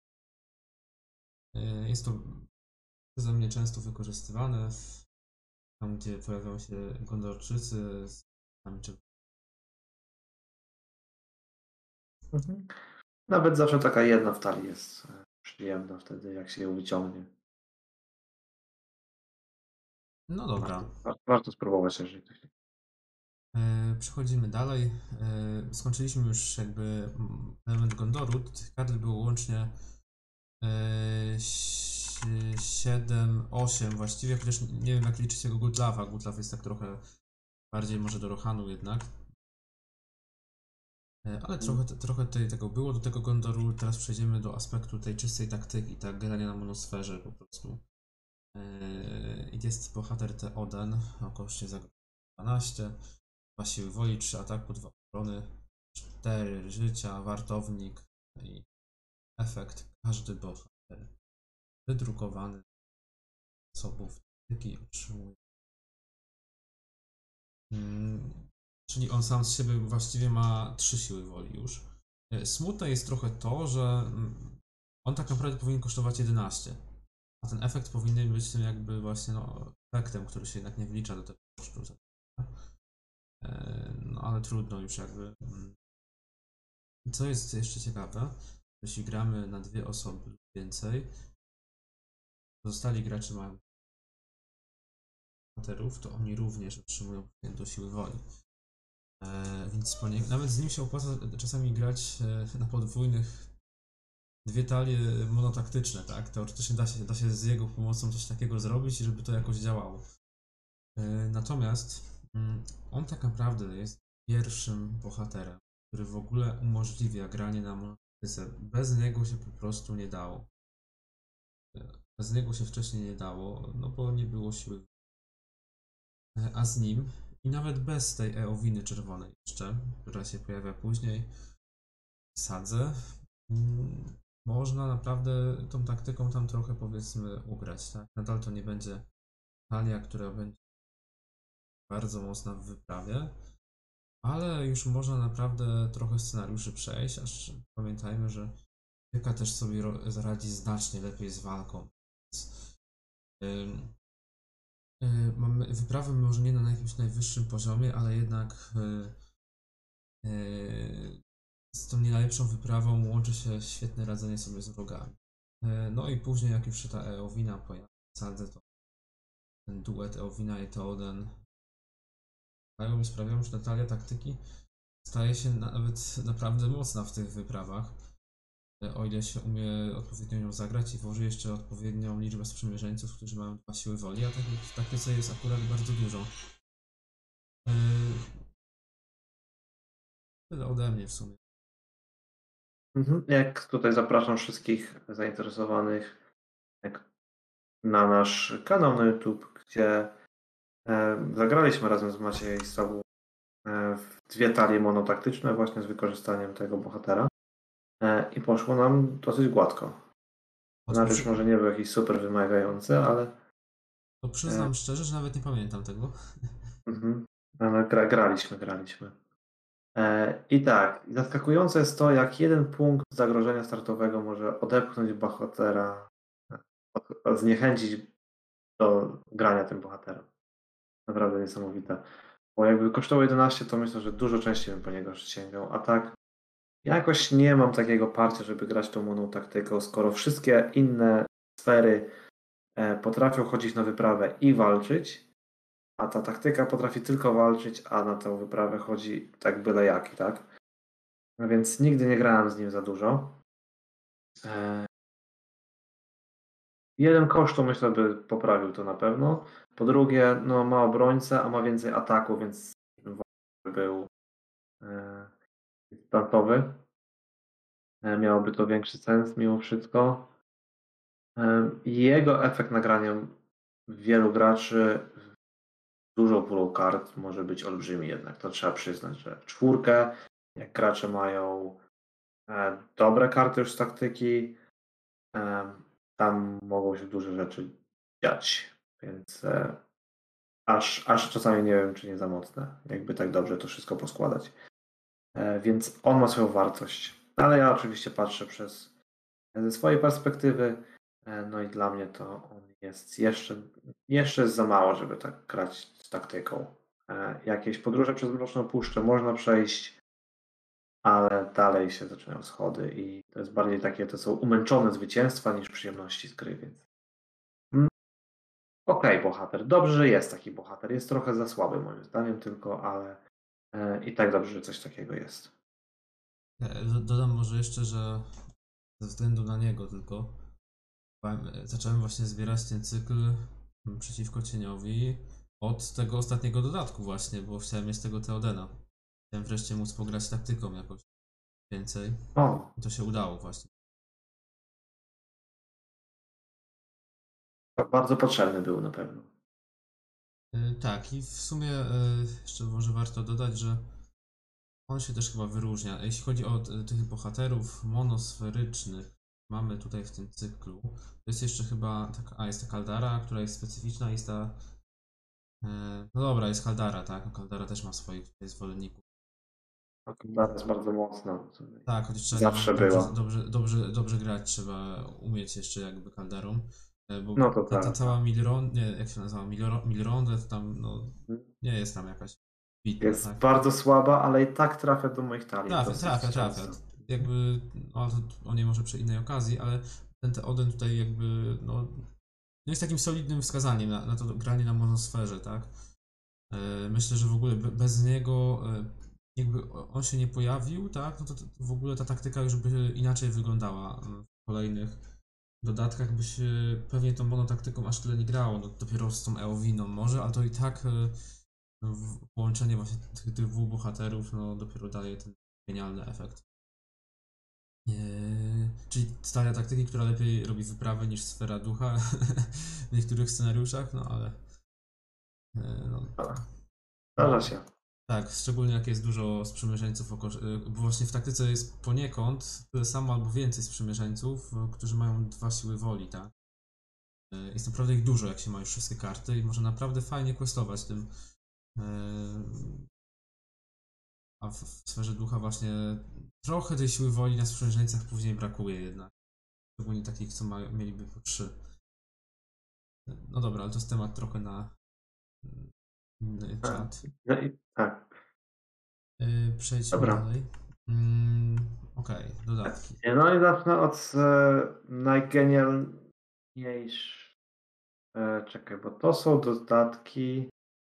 E, Jest to przeze mnie często wykorzystywane w, tam, gdzie pojawiają się Gondorczycy z tam, czy Mhm. Nawet zawsze taka jedna w talii jest e, przyjemna wtedy, jak się ją wyciągnie. No dobra. Warto, wa- warto spróbować, jeżeli ktoś nie. E, Przechodzimy dalej. E, Skończyliśmy już jakby mm, element Gondoru. Tych kart było łącznie e, siedem, osiem właściwie, chociaż nie wiem jak liczyć tego Gutlawa. Gutlaw jest tak trochę bardziej może do Rohanu jednak. E, Ale Mm. trochę, trochę tutaj tego było, do tego Gondoru teraz przejdziemy do aspektu tej czystej taktyki, tak, grania na monosferze po prostu. E, Jest bohater Theoden o koszcie zagrożenia dwanaście, dwa siły woli, trzy ataku, dwa obrony, cztery życia, wartownik i efekt. Każdy bohater wydrukowany zasobów taktyki otrzymuje. Mm, Czyli on sam z siebie właściwie ma trzy siły woli już. E, Smutne jest trochę to, że mm, on tak naprawdę powinien kosztować jedenaście, a ten efekt powinien być tym jakby właśnie no, efektem, który się jednak nie wlicza do tego kosztu. E, No ale trudno już jakby. mm. Co jest jeszcze ciekawe, jeśli gramy na dwie osoby lub więcej, pozostali gracze mają bohaterów, to oni również otrzymują do siły woli. E, więc po nie, nawet z nim się opłaca czasami grać e, na podwójnych dwie talie monotaktyczne, tak? Teoretycznie da się, da się z jego pomocą coś takiego zrobić, żeby to jakoś działało. E, natomiast mm, on tak naprawdę jest pierwszym bohaterem, który w ogóle umożliwia granie na monotaktyce. Bez niego się po prostu nie dało. E, Bez niego się wcześniej nie dało, no bo nie było siły. E, A z nim i nawet bez tej eowiny czerwonej jeszcze, która się pojawia później, sadzę, mm, można naprawdę tą taktyką tam trochę powiedzmy ugrać, tak? Nadal to nie będzie talia, która będzie bardzo mocna w wyprawie, ale już można naprawdę trochę scenariuszy przejść, aż pamiętajmy, że Pieka też sobie radzi znacznie lepiej z walką. Więc, ym, y, mamy wyprawę może nie na jakimś najwyższym poziomie, ale jednak y, y, z tą nie najlepszą wyprawą łączy się świetne radzenie sobie z wrogami. E, No i później, jak już się ta Eowina pojawi w sadze, to ten duet Eowina i Theoden sprawiają, sprawiają, że ta talia taktyki staje się nawet naprawdę mocna w tych wyprawach. E, O ile się umie odpowiednio ją zagrać i włoży jeszcze odpowiednią liczbę sprzymierzeńców, którzy mają dwa siły woli, a takich w taktyce jest akurat bardzo dużo. E, Tyle ode mnie w sumie. Mhm. Jak tutaj zapraszam wszystkich zainteresowanych jak na nasz kanał na YouTube, gdzie e, zagraliśmy razem z Maciejem i z Sobą e, w dwie talie monotaktyczne właśnie z wykorzystaniem tego bohatera e, i poszło nam dosyć gładko. Scenariusz Otworzy... może nie był jakiś super wymagający, ale, To e, przyznam szczerze, że nawet nie pamiętam tego. mhm, ale gra, graliśmy, graliśmy. E, I tak, zaskakujące jest to, jak jeden punkt zagrożenia startowego może odepchnąć bohatera, e, zniechęcić do grania tym bohaterem. Naprawdę niesamowite. Bo jakby kosztował jedenaście, to myślę, że dużo częściej bym po niego sięgał. A tak, jakoś nie mam takiego parcia, żeby grać tą moną taktyką, skoro wszystkie inne sfery e, potrafią chodzić na wyprawę i walczyć, a ta taktyka potrafi tylko walczyć, a na tę wyprawę chodzi tak byle jaki, tak? No więc nigdy nie grałem z nim za dużo. E, Jeden kosztu myślę by poprawił to na pewno. Po drugie, no ma obrońcę, a ma więcej ataku, więc był e, startowy. E, Miałoby to większy sens mimo wszystko. E, Jego efekt nagrania wielu graczy dużą pulą kart może być olbrzymi jednak. To trzeba przyznać, że w czwórkę, jak gracze mają e, dobre karty już z taktyki, e, tam mogą się duże rzeczy dziać. Więc e, aż, aż czasami nie wiem, czy nie za mocne, jakby tak dobrze to wszystko poskładać. E, Więc on ma swoją wartość. Ale ja oczywiście patrzę przez ze swojej perspektywy. E, No i dla mnie to on jest jeszcze, jeszcze jest za mało, żeby tak grać z taktyką. E, Jakieś podróże przez Mroczną Puszczę można przejść, ale dalej się zaczynają schody i to jest bardziej takie, to są umęczone zwycięstwa niż przyjemności z gry, więc mm, okej, bohater. Dobrze, że jest taki bohater. Jest trochę za słaby moim zdaniem tylko, ale e, i tak dobrze, że coś takiego jest. E, do- Dodam może jeszcze, że ze względu na niego tylko powiem, zacząłem właśnie zbierać ten cykl mm, przeciwko cieniowi od tego ostatniego dodatku właśnie, bo chciałem mieć tego Theodena. Chciałem wreszcie móc pograć taktyką jakoś więcej. O, I to się udało właśnie. to bardzo potrzebny był na pewno. Y, Tak, i w sumie y, jeszcze może warto dodać, że on się też chyba wyróżnia. Jeśli chodzi o t- tych bohaterów monosferycznych, mamy tutaj w tym cyklu. To jest jeszcze chyba taka, a jest ta Kaldara, która jest specyficzna, jest ta. y, No dobra, jest Kaldara, tak? No Kaldara też ma swoich tutaj zwolenników. Kandara jest bardzo mocna. Tak, chociaż trzeba nią Zawsze dobrze, była. dobrze, dobrze, dobrze grać, trzeba umieć jeszcze jakby Kaldarą. e, Bo No to ta, ta prawda. cała Milron, nie, jak się nazywa, Milro- Milronde, to tam no, nie jest tam jakaś bitna, Jest tak? bardzo słaba, ale i tak trafia do moich talii Trafia, trafia, dosyć trafia. często. Jakby, no to o niej może przy innej okazji, ale ten Teoden tutaj jakby, no, no jest takim solidnym wskazaniem na, na to granie na monosferze, tak? E, Myślę, że w ogóle be- bez niego, e, jakby o- on się nie pojawił, tak? No to, to w ogóle ta taktyka już by inaczej wyglądała e, w kolejnych dodatkach, by się pewnie tą monotaktyką aż tyle nie grało, no dopiero z tą Eowiną może, ale to i tak e, w- połączenie właśnie tych, tych dwóch bohaterów, no dopiero daje ten genialny efekt. Eee, czyli staria taktyki, która lepiej robi wyprawę niż sfera ducha w niektórych scenariuszach, no ale e, no, Zdarza się. tak, szczególnie jak jest dużo sprzymierzeńców, oko- y, bo właśnie w taktyce jest poniekąd tyle samo albo więcej sprzymierzeńców, y, którzy mają dwa siły woli, tak? Y, Jest naprawdę ich dużo, jak się ma już wszystkie karty i można naprawdę fajnie questować tym. Y, A w, w sferze ducha właśnie trochę tej siły woli na sprzymierzeńcach później brakuje jednak. Szczególnie takich, co mają, mieliby po trzy. No dobra, ale to jest temat trochę na mm, inny czat. No i tak. Y, Przejdźmy Dobra. dalej. Mm, Okej, dodatki. No i zacznę od e, najgenialniejszych. E, czekaj, bo to są dodatki.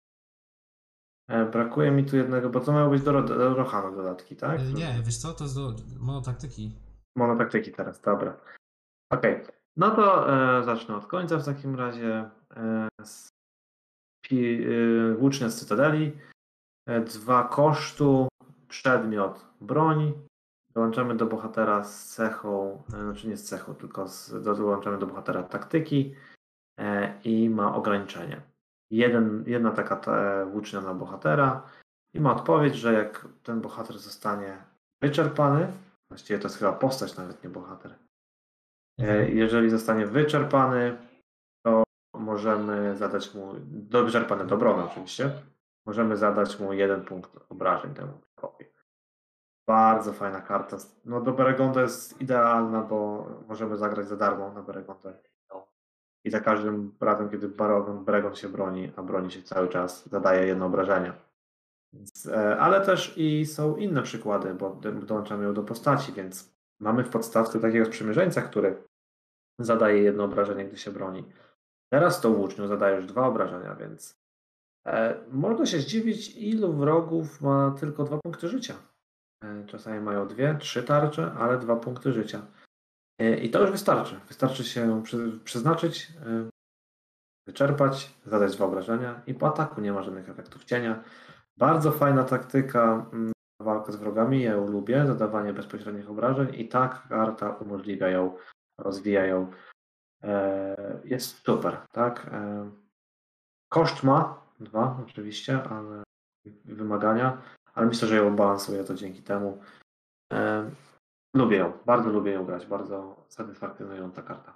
E, brakuje mi tu jednego, bo to miało być do, Ro- do Rohana dodatki, tak? Y, Nie, wiesz co, to jest do monotaktyki. Monotaktyki teraz, dobra. Okej. No to e, zacznę od końca w takim razie. E, z pi, e, włócznia z Cytadeli. E, dwa kosztu, przedmiot, broń. Dołączamy do bohatera z cechą, e, znaczy nie z cechą, tylko z, do, dołączamy do bohatera taktyki e, i ma ograniczenie. Jeden, jedna taka ta, włócznia na bohatera i ma odpowiedź, że jak ten bohater zostanie wyczerpany, właściwie to jest chyba postać, nawet nie bohater. E, Mhm. jeżeli zostanie wyczerpany, to możemy zadać mu, do, wyczerpany do obrony oczywiście, możemy zadać mu jeden punkt obrażeń temu typowi. Bardzo fajna karta. No do Beregonda jest idealna, bo możemy zagrać za darmo na Beregonda. I za każdym razem, kiedy Baron, Beregon się broni, a broni się cały czas, zadaje jedno obrażenie. Więc, e, ale też i są inne przykłady, bo do- dołączamy ją do postaci, więc mamy w podstawce takiego sprzymierzeńca, który zadaje jedno obrażenie, gdy się broni. Teraz tą włócznią zadajesz dwa obrażenia, więc e, można się zdziwić, ilu wrogów ma tylko dwa punkty życia. E, Czasami mają dwie, trzy tarcze, ale dwa punkty życia. E, I to już wystarczy. Wystarczy się przy, przeznaczyć, e, wyczerpać, zadać dwa obrażenia i po ataku nie ma żadnych efektów cienia. Bardzo fajna taktyka mm, na walkę z wrogami, ja ją lubię, zadawanie bezpośrednich obrażeń i tak karta umożliwia ją, rozwija ją. E, Jest super, tak? E, Koszt ma dwa oczywiście, ale wymagania, ale myślę, że ją balansuje to dzięki temu. E, Lubię ją, bardzo lubię ją grać, bardzo satysfakcjonująca karta.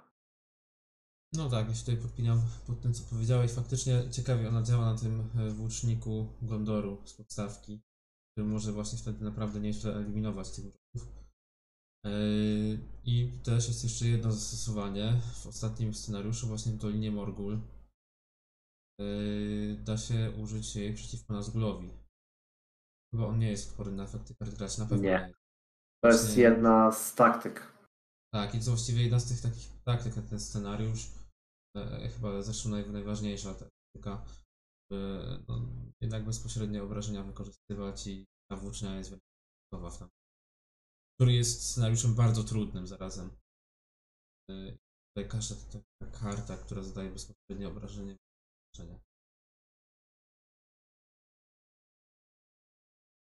No tak, ja się tutaj podpinam pod tym, co powiedziałeś. Faktycznie ciekawie ona działa na tym e, włóczniku Gondoru z podstawki, który może właśnie wtedy naprawdę nieźle eliminować tych wrogów. E, I też jest jeszcze jedno zastosowanie w ostatnim scenariuszu, właśnie w Dolinie Morgul. E, Da się użyć jej przeciwko Nazgulowi. Chyba on nie jest odporny na efekty kart gracza, na pewno nie Nie, jest. to jest Właśnie, jedna z taktyk. tak, i to właściwie jedna z tych takich taktyk na ten scenariusz. E, chyba zresztą naj, najważniejsza taktyka, by no, jednak bezpośrednie obrażenia wykorzystywać i ta włócznia jest wyjątkowa w tym, który jest scenariuszem bardzo trudnym zarazem. E, Tutaj każda taka karta, która zadaje bezpośrednie obrażenie. obrażenia.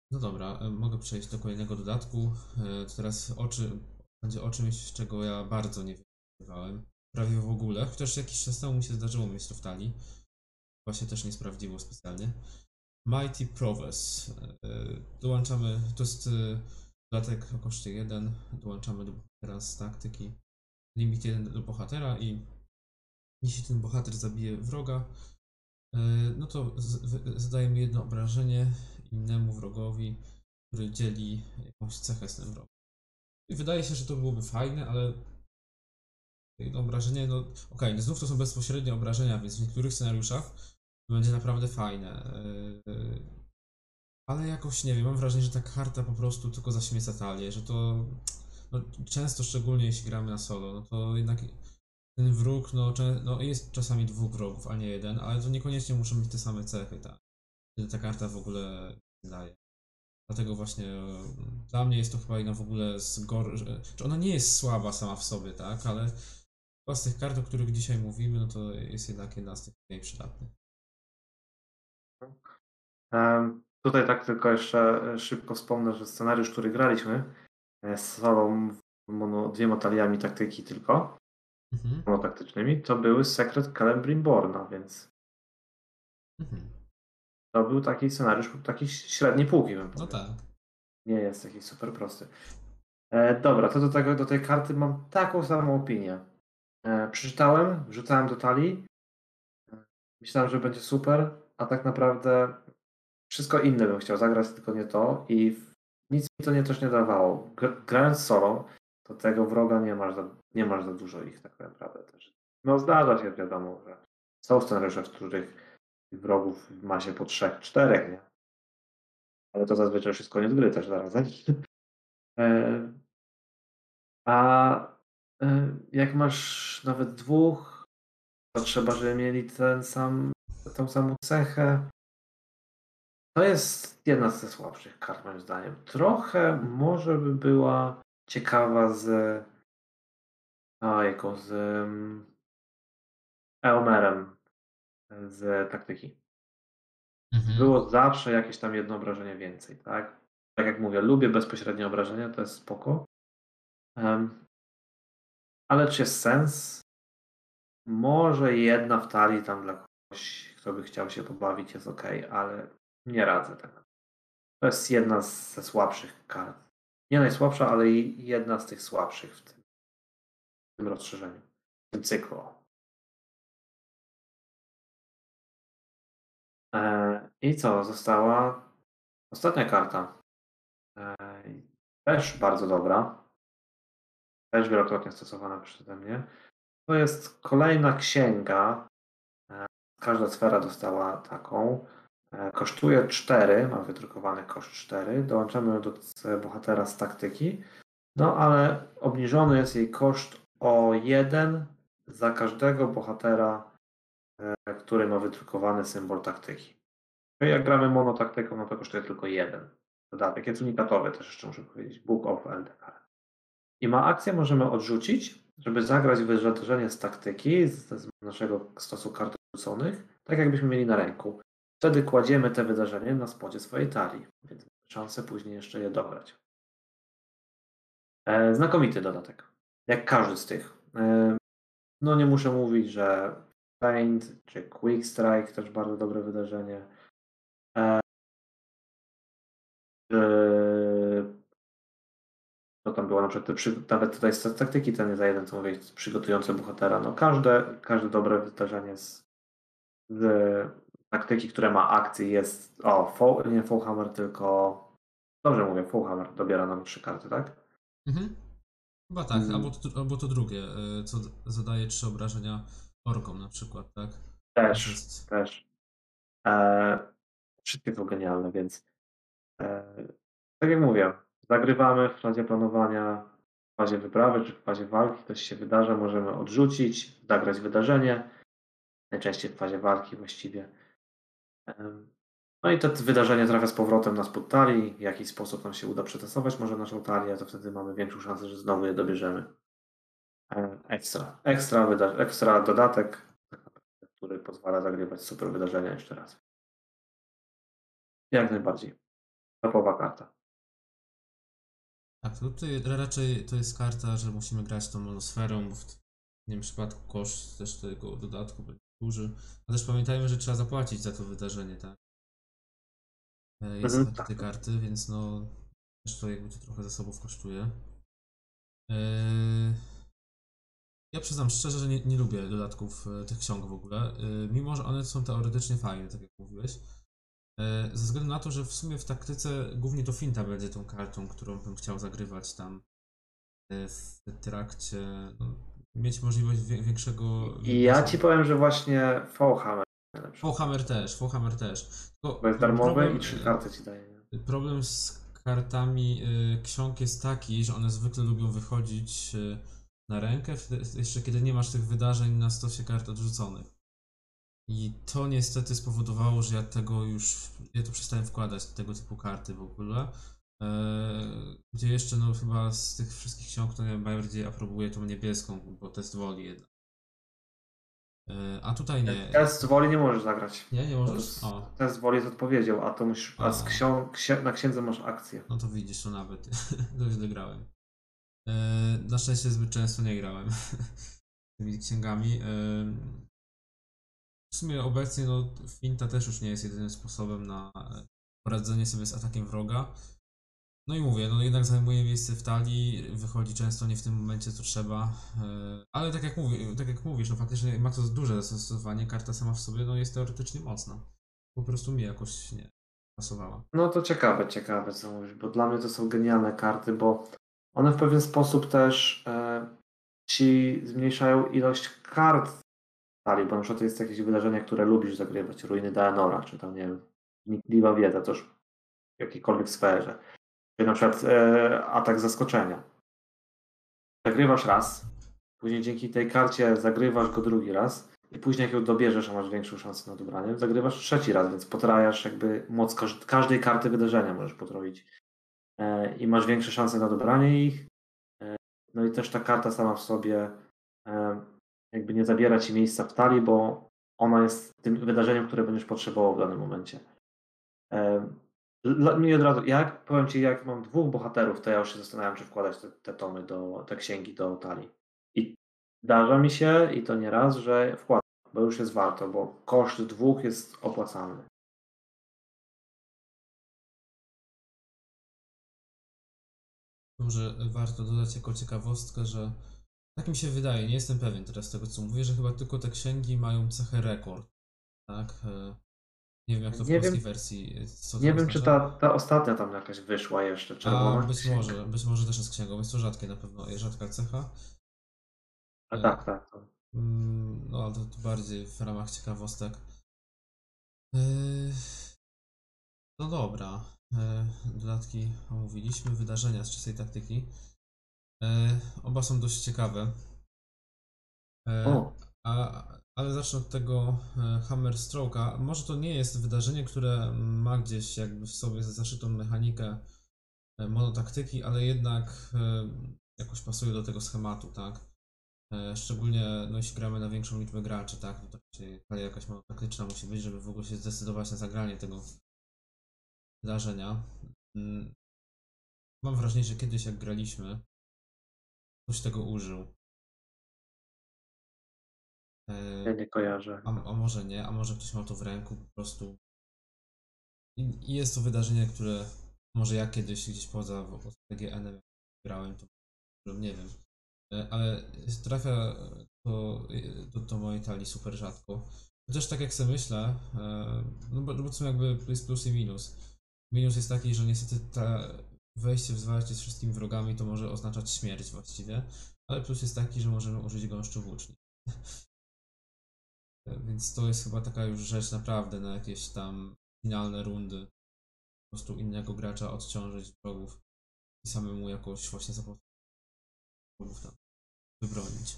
No dobra, e, mogę przejść do kolejnego dodatku. E, To teraz oczy, będzie o czymś, czego ja bardzo nie wygrywałem. Prawie w ogóle, chociaż jakiś czas temu mi się zdarzyło mieć to w talii. Właśnie też nie sprawdziło specjalnie. Mighty Prowess. E, Dołączamy, to jest e, dodatek o koszcie jeden. Dołączamy do bohatera z taktyki. Limit jeden do bohatera i jeśli ten bohater zabije wroga, e, no to z- wy- zadajemy jedno obrażenie innemu wrogowi, który dzieli jakąś cechę z tym wrogiem. I wydaje się, że to byłoby fajne, ale jedno obrażenie, no okej, no znów to są bezpośrednie obrażenia, więc w niektórych scenariuszach to będzie naprawdę fajne. E, e, Ale jakoś nie wiem, mam wrażenie, że ta karta po prostu tylko zaśmieca talię, że to no, często, szczególnie jeśli gramy na solo, no to jednak ten wróg, no, czę- no jest czasami dwóch wrogów, a nie jeden, ale to niekoniecznie muszą mieć te same cechy, tak. Wtedy ta karta w ogóle nie daje. Dlatego właśnie e, dla mnie jest to chyba jedna w ogóle z gor... że- Czy ona nie jest słaba sama w sobie, tak, ale chyba z tych kart, o których dzisiaj mówimy, no to jest jednak jedna z tych mniej przydatnych. Em, Tutaj tak tylko jeszcze e, szybko wspomnę, że scenariusz, który graliśmy e, z solą, w mono, dwiema taliami taktyki tylko, Mhm, monotaktycznymi, to były Secret Celebrimborna, więc mhm. to był taki scenariusz taki średniej półki, bym No powiedział. tak. Nie jest taki super prosty. E, dobra, to do, tego, do tej karty mam taką samą opinię. E, przeczytałem, wrzucałem do talii, myślałem, że będzie super, a tak naprawdę wszystko inne bym chciał zagrać, tylko nie to i w- nic mi to nie, też nie dawało. Gr- Grając solo, to tego wroga nie masz za, nie masz za dużo ich tak naprawdę też. No zdarza się, wiadomo, że są scenariusze, w których tych wrogów ma się po trzech, czterech, nie? Ale to zazwyczaj już jest koniec gry też zarazem. E, A e, jak masz nawet dwóch, to trzeba, żeby mieli ten sam, tą samą cechę. To jest jedna ze słabszych kart moim zdaniem. Trochę może by była ciekawa z ojejku, z um, Eomerem z taktyki. Mhm. Było zawsze jakieś tam jedno obrażenie więcej, tak? Tak jak mówię, lubię bezpośrednie obrażenia, to jest spoko. Em, ale czy jest sens? Może jedna w talii tam dla kogoś, kto by chciał się pobawić, jest ok, ale nie radzę tak. To jest jedna z, ze słabszych kart. Nie najsłabsza, ale i jedna z tych słabszych w tym, w tym rozszerzeniu, w tym cyklu. E, I co? Została ostatnia karta. E, Też bardzo dobra. Też wielokrotnie stosowana przeze mnie. To jest kolejna księga. E, Każda sfera dostała taką. E, Kosztuje cztery, ma wydrukowany koszt cztery. Dołączamy ją do c- bohatera z taktyki. No ale obniżony jest jej koszt o jeden za każdego bohatera, e, który ma wydrukowany symbol taktyki. No jak gramy monotaktyką, no to kosztuje tylko jeden dodatek. Jest unikatowy też jeszcze muszę powiedzieć. Book of Elder. I ma akcję, możemy odrzucić, żeby zagrać wydarzenie z taktyki, z, z naszego stosu kart rzuconych, tak jakbyśmy mieli na ręku. Wtedy kładziemy te wydarzenie na spodzie swojej talii, więc mamy szansę później jeszcze je dograć. E, znakomity dodatek. Jak każdy z tych. E, no nie muszę mówić, że Paint czy Quick Strike też bardzo dobre wydarzenie. E, e, to tam było na przykład te przy, nawet tutaj z taktyki ten za jeden, co mówię, przygotujące bohatera. No każde, każde dobre wydarzenie z, z taktyki, które ma akcję jest. O, Fall, nie Fallhammer, tylko. Dobrze mówię, Fallhammer dobiera nam trzy karty, tak? Mhm. Chyba tak, albo Mm, to, albo to drugie, y, co d- zadaje trzy obrażenia orkom na przykład, tak? Też też, jest. też. E, Wszystkie są genialne, więc e, tak jak mówię, zagrywamy w fazie planowania, w fazie wyprawy czy w fazie walki, coś się wydarza, możemy odrzucić, zagrać wydarzenie, najczęściej w fazie walki właściwie. Em, No i to wydarzenie trafia z powrotem na spód talii, w jakiś sposób nam się uda przetestować może naszą talię, to wtedy mamy większą szansę, że znowu je dobierzemy. E, Ekstra, ekstra, wyda- ekstra dodatek, tak naprawdę, który pozwala zagrywać super wydarzenia jeszcze raz. Jak najbardziej. topowa karta. Tak, to tutaj raczej to jest karta, że musimy grać tą monosferą, bo w tym przypadku koszt też tego dodatku będzie duży. A też pamiętajmy, że trzeba zapłacić za to wydarzenie, tak? E, Jest Mhm, efekt tak. tej karty, więc no też to jakby to trochę zasobów kosztuje. E, Ja przyznam szczerze, że nie, nie lubię dodatków e, tych ksiąg w ogóle, e, mimo że one są teoretycznie fajne, tak jak mówiłeś. E, Ze względu na to, że w sumie w taktyce głównie to finta będzie tą kartą, którą bym chciał zagrywać tam e, w trakcie, no, mieć możliwość wie, większego, I ja ci więcej. powiem, że właśnie V-Hammer jest najlepszą Fallhammer kartą. też, Fallhammer też. Bo Tylko jest darmowy i problem, trzy karty ci daje. Nie? e, problem z kartami e, ksiąg jest taki, że one zwykle lubią wychodzić e, na rękę, wtedy, jeszcze kiedy nie masz tych wydarzeń na stosie kart odrzuconych. I to niestety spowodowało, że ja tego już, ja to przestałem wkładać, tego typu karty w ogóle. Eee, gdzie jeszcze, no chyba z tych wszystkich ksiąg, to ja najbardziej aprobuję tą niebieską, bo test woli jednak. Eee, a tutaj nie. Test woli nie możesz zagrać. Nie, nie Bo to możesz? jest, O, test woli jest odpowiedzią, a to musisz. A z o, ksiąg, księ, na księdze masz akcję. no to widzisz, to nawet to źle grałem. Eee, na szczęście zbyt często nie grałem tymi księgami. Eee, w sumie obecnie no, finta też już nie jest jedynym sposobem na poradzenie sobie z atakiem wroga. No i mówię, no jednak zajmuje miejsce w talii, wychodzi często nie w tym momencie co trzeba, e, ale tak jak, mówię, tak jak mówisz, no faktycznie ma to duże zastosowanie, karta sama w sobie no jest teoretycznie mocna. Po prostu mi jakoś nie pasowała. No to ciekawe, ciekawe co mówisz, bo dla mnie to są genialne karty, bo one w pewien sposób też e, ci zmniejszają ilość kart w talii, bo na przykład jest jakieś wydarzenie, które lubisz zagrywać, Ruiny Daenora, czy tam nie wiem, Wnikliwa Wiedza, to już w jakiejkolwiek sferze. Czy na przykład e, atak zaskoczenia. Zagrywasz raz, później dzięki tej karcie zagrywasz go drugi raz i później jak ją dobierzesz, a masz większą szansę na dobranie, zagrywasz trzeci raz, więc potrajasz jakby moc każ- każdej karty wydarzenia możesz potroić e, i masz większe szanse na dobranie ich. E, no i też ta karta sama w sobie e, jakby nie zabiera ci miejsca w talii, bo ona jest tym wydarzeniem, które będziesz potrzebował w danym momencie. E, dla mnie od razu, jak powiem ci, jak mam dwóch bohaterów, to ja już się zastanawiam, czy wkładać te, te tomy, do, te księgi do talii. I zdarza mi się, i to nie raz, że wkładam, bo już jest warto, bo koszt dwóch jest opłacalny. Może warto dodać jako ciekawostkę, że tak mi się wydaje, nie jestem pewien teraz tego co mówię, że chyba tylko te księgi mają cechę rekord, tak? E, Nie wiem jak to w Nie polskiej wiem, wersji, e, co to nie wiem, czy oznacza. ta, ta ostatnia tam jakaś wyszła jeszcze, A czerwona być księga. może, być może też jest księgą, jest to rzadkie na pewno, rzadka cecha. A E, tak, tak. To. Mm, No, ale to, to bardziej w ramach ciekawostek. Yy, No dobra. Yy, Dodatki omówiliśmy, wydarzenia z czystej taktyki. Yy, Oba są dość ciekawe. Yy, O, A, ale zacznę od tego yy, Hammer Stroke'a. Może to nie jest wydarzenie, które ma gdzieś jakby w sobie zaszytą mechanikę yy, monotaktyki, ale jednak yy, jakoś pasuje do tego schematu, tak? E, Szczególnie no, jeśli gramy na większą liczbę graczy, tak, no to raczej talia jakaś mała taktyczna musi być, żeby w ogóle się zdecydować na zagranie tego wydarzenia. Mm, Mam wrażenie, że kiedyś jak graliśmy, ktoś tego użył. ja E, nie kojarzę. A, a może nie, a może ktoś miał to w ręku po prostu. I, i jest to wydarzenie, które może ja kiedyś gdzieś poza w- P G N grałem, to nie wiem. E, Ale trafia to do, do mojej talii super rzadko. Chociaż tak jak sobie myślę, e, no bo, bo to są jakby jest plus i minus. Minus jest taki, że niestety ta wejście w zwarcie z wszystkimi wrogami to może oznaczać śmierć właściwie, ale plus jest taki, że możemy użyć gąszczu włóczni. E, Więc to jest chyba taka już rzecz naprawdę na jakieś tam finalne rundy. Po prostu innego gracza odciążyć wrogów i samemu jakoś właśnie za pomocą wrogów tam wybronić.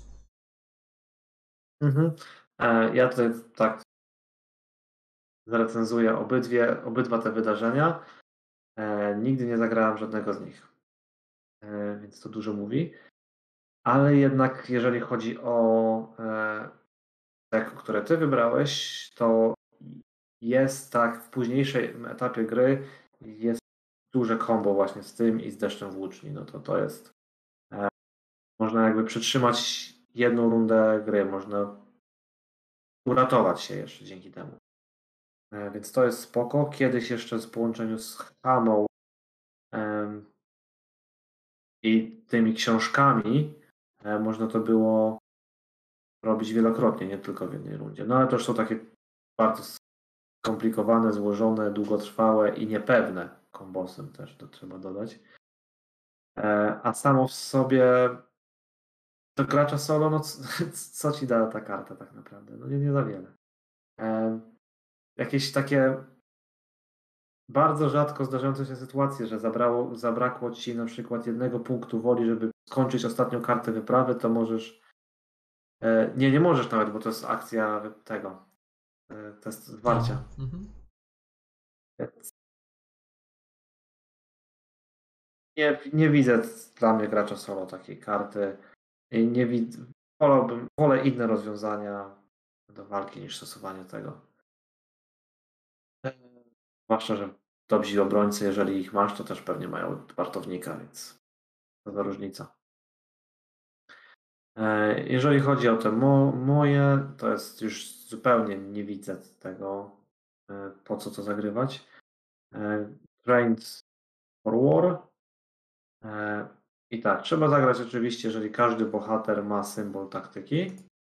Mhm. E, ja tutaj tak zrecenzuję obydwie, obydwa te wydarzenia. E, nigdy nie zagrałem żadnego z nich, e, więc to dużo mówi. Ale jednak jeżeli chodzi o e, te, które ty wybrałeś, to jest tak w późniejszym etapie gry jest duże combo właśnie z tym i z deszczem włóczni, no to to jest... E, można jakby przytrzymać jedną rundę gry, można uratować się jeszcze dzięki temu. E, więc to jest spoko. Kiedyś jeszcze w połączeniu z Hamą em, i tymi książkami e, można to było robić wielokrotnie, nie tylko w jednej rundzie. No ale to już są takie bardzo skomplikowane, złożone, długotrwałe i niepewne kombosem też, to trzeba dodać. E, a samo w sobie do gracza solo, no co, co ci da ta karta tak naprawdę? No nie, nie za wiele. E, jakieś takie bardzo rzadko zdarzające się sytuacje, że zabrało, zabrakło ci na przykład jednego punktu woli, żeby skończyć ostatnią kartę wyprawy, to możesz... E, nie, nie możesz nawet, bo to jest akcja tego, e, test zwarcia. Mhm. Więc Nie, nie widzę dla mnie gracza solo takiej karty. I Nie widzę, wolałbym, wolę inne rozwiązania do walki niż stosowanie tego. E, Zwłaszcza, że dobrzy obrońcy, jeżeli ich masz, to też pewnie mają wartownika, więc to za różnica. E, Jeżeli chodzi o te mo moje, to jest już zupełnie nie widzę tego, e, po co to zagrywać. E, Trained for War. E, I tak, trzeba zagrać oczywiście, jeżeli każdy bohater ma symbol taktyki.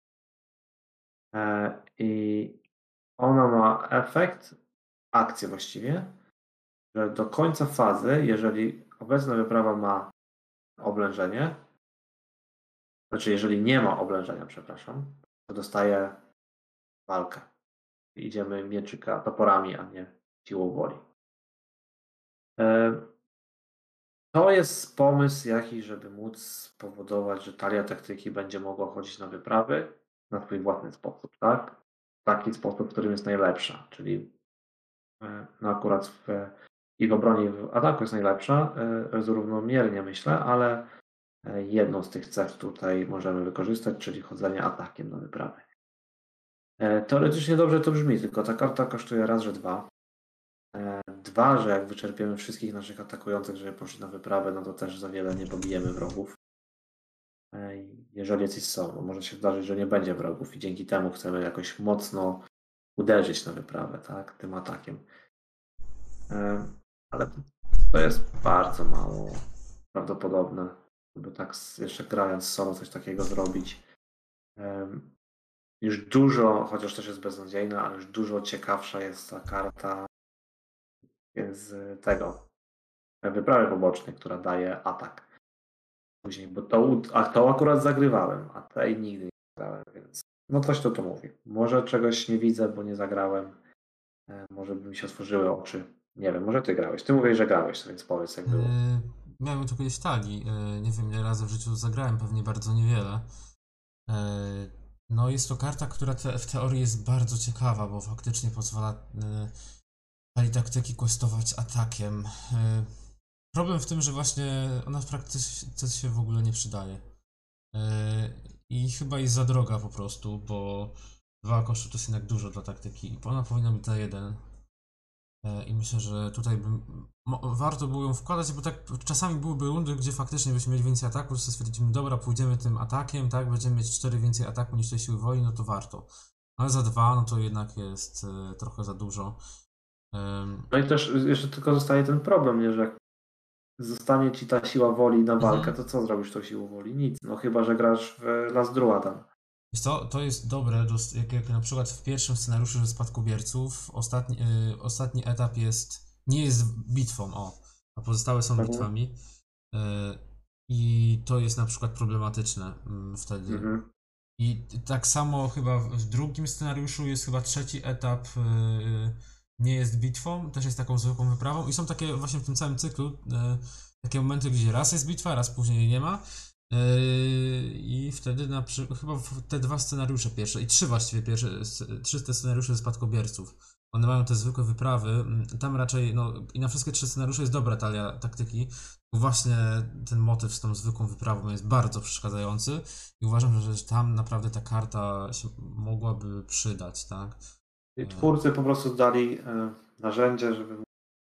E, I ona ma efekt, akcję właściwie, że do końca fazy, jeżeli obecna wyprawa ma oblężenie, znaczy jeżeli nie ma oblężenia, przepraszam, to dostaje walkę. Idziemy mieczyka toporami, a nie siłą woli. E, To jest pomysł jakiś, żeby móc spowodować, że talia taktyki będzie mogła chodzić na wyprawy na swój własny sposób, tak? W taki sposób, w którym jest najlepsza, czyli e, no akurat w, i w obronie, i w ataku jest najlepsza, e, równomiernie myślę, ale e, jedną z tych cech tutaj możemy wykorzystać, czyli chodzenie atakiem na wyprawy. E, Teoretycznie dobrze to brzmi, tylko ta karta kosztuje raz, że dwa. E, Dwa, że jak wyczerpiemy wszystkich naszych atakujących, żeby poszli na wyprawę, no to też za wiele nie pobijemy wrogów. E, Jeżeli jacyś są, bo może się zdarzyć, że nie będzie wrogów i dzięki temu chcemy jakoś mocno uderzyć na wyprawę, tak, tym atakiem. E, Ale to jest bardzo mało prawdopodobne, żeby tak z- jeszcze grając solo coś takiego zrobić. E, Już dużo, chociaż też jest beznadziejna, ale już dużo ciekawsza jest ta karta z tego wyprawy pobocznej, która daje atak później, bo to, a to akurat zagrywałem, a tej nigdy nie zagrałem, więc no coś to to mówi. Może czegoś nie widzę, bo nie zagrałem, e, może by mi się otworzyły oczy. Nie wiem, może ty grałeś. Ty mówisz, że grałeś, więc powiedz jak było. Yy, miałem to kiedyś w talii. Yy, nie wiem ile razy w życiu zagrałem, pewnie bardzo niewiele. Yy, no jest to karta, która te, w teorii jest bardzo ciekawa, bo faktycznie pozwala yy, talii taktyki questować atakiem. Yy, problem w tym, że właśnie ona w praktyce się w ogóle nie przydaje. Yy, I chyba jest za droga po prostu, bo dwa koszty to jest jednak dużo dla taktyki i ona powinna być za jeden. E, I myślę, że tutaj bym, mo, warto było ją wkładać, bo tak czasami byłyby rundy, gdzie faktycznie byśmy mieli więcej ataku, że sobie stwierdzimy, dobra, pójdziemy tym atakiem, tak, będziemy mieć cztery więcej ataku niż tej siły woli, no to warto. Ale za dwa, no to jednak jest e, trochę za dużo. Em, No i też jeszcze tylko zostaje ten problem, nie, że jak zostanie ci ta siła woli na walkę, Mhm. to co zrobisz tą siłą woli? Nic. No chyba, że grasz w Last Druadan. Wiesz co, to jest dobre, dos- jak, jak na przykład w pierwszym scenariuszu ze Spadkobierców, ostatni, y, ostatni etap jest, nie jest bitwą, o, a pozostałe są Mhm. bitwami. y, I to jest na przykład problematyczne mm, wtedy. Mhm. I t- tak samo chyba w w drugim scenariuszu jest chyba trzeci etap, y, nie jest bitwą, też jest taką zwykłą wyprawą i są takie właśnie w tym całym cyklu y, takie momenty, gdzie raz jest bitwa, raz później jej nie ma. y, I wtedy na przy... chyba w te dwa scenariusze pierwsze i trzy właściwie pierwsze, s- trzy te scenariusze spadkobierców. One mają te zwykłe wyprawy. mm, Tam raczej, no i na wszystkie trzy scenariusze jest dobra talia taktyki. Właśnie ten motyw z tą zwykłą wyprawą jest bardzo przeszkadzający. I uważam, że że tam naprawdę ta karta się mogłaby przydać, tak? I E, twórcy po prostu dali e, narzędzie, żeby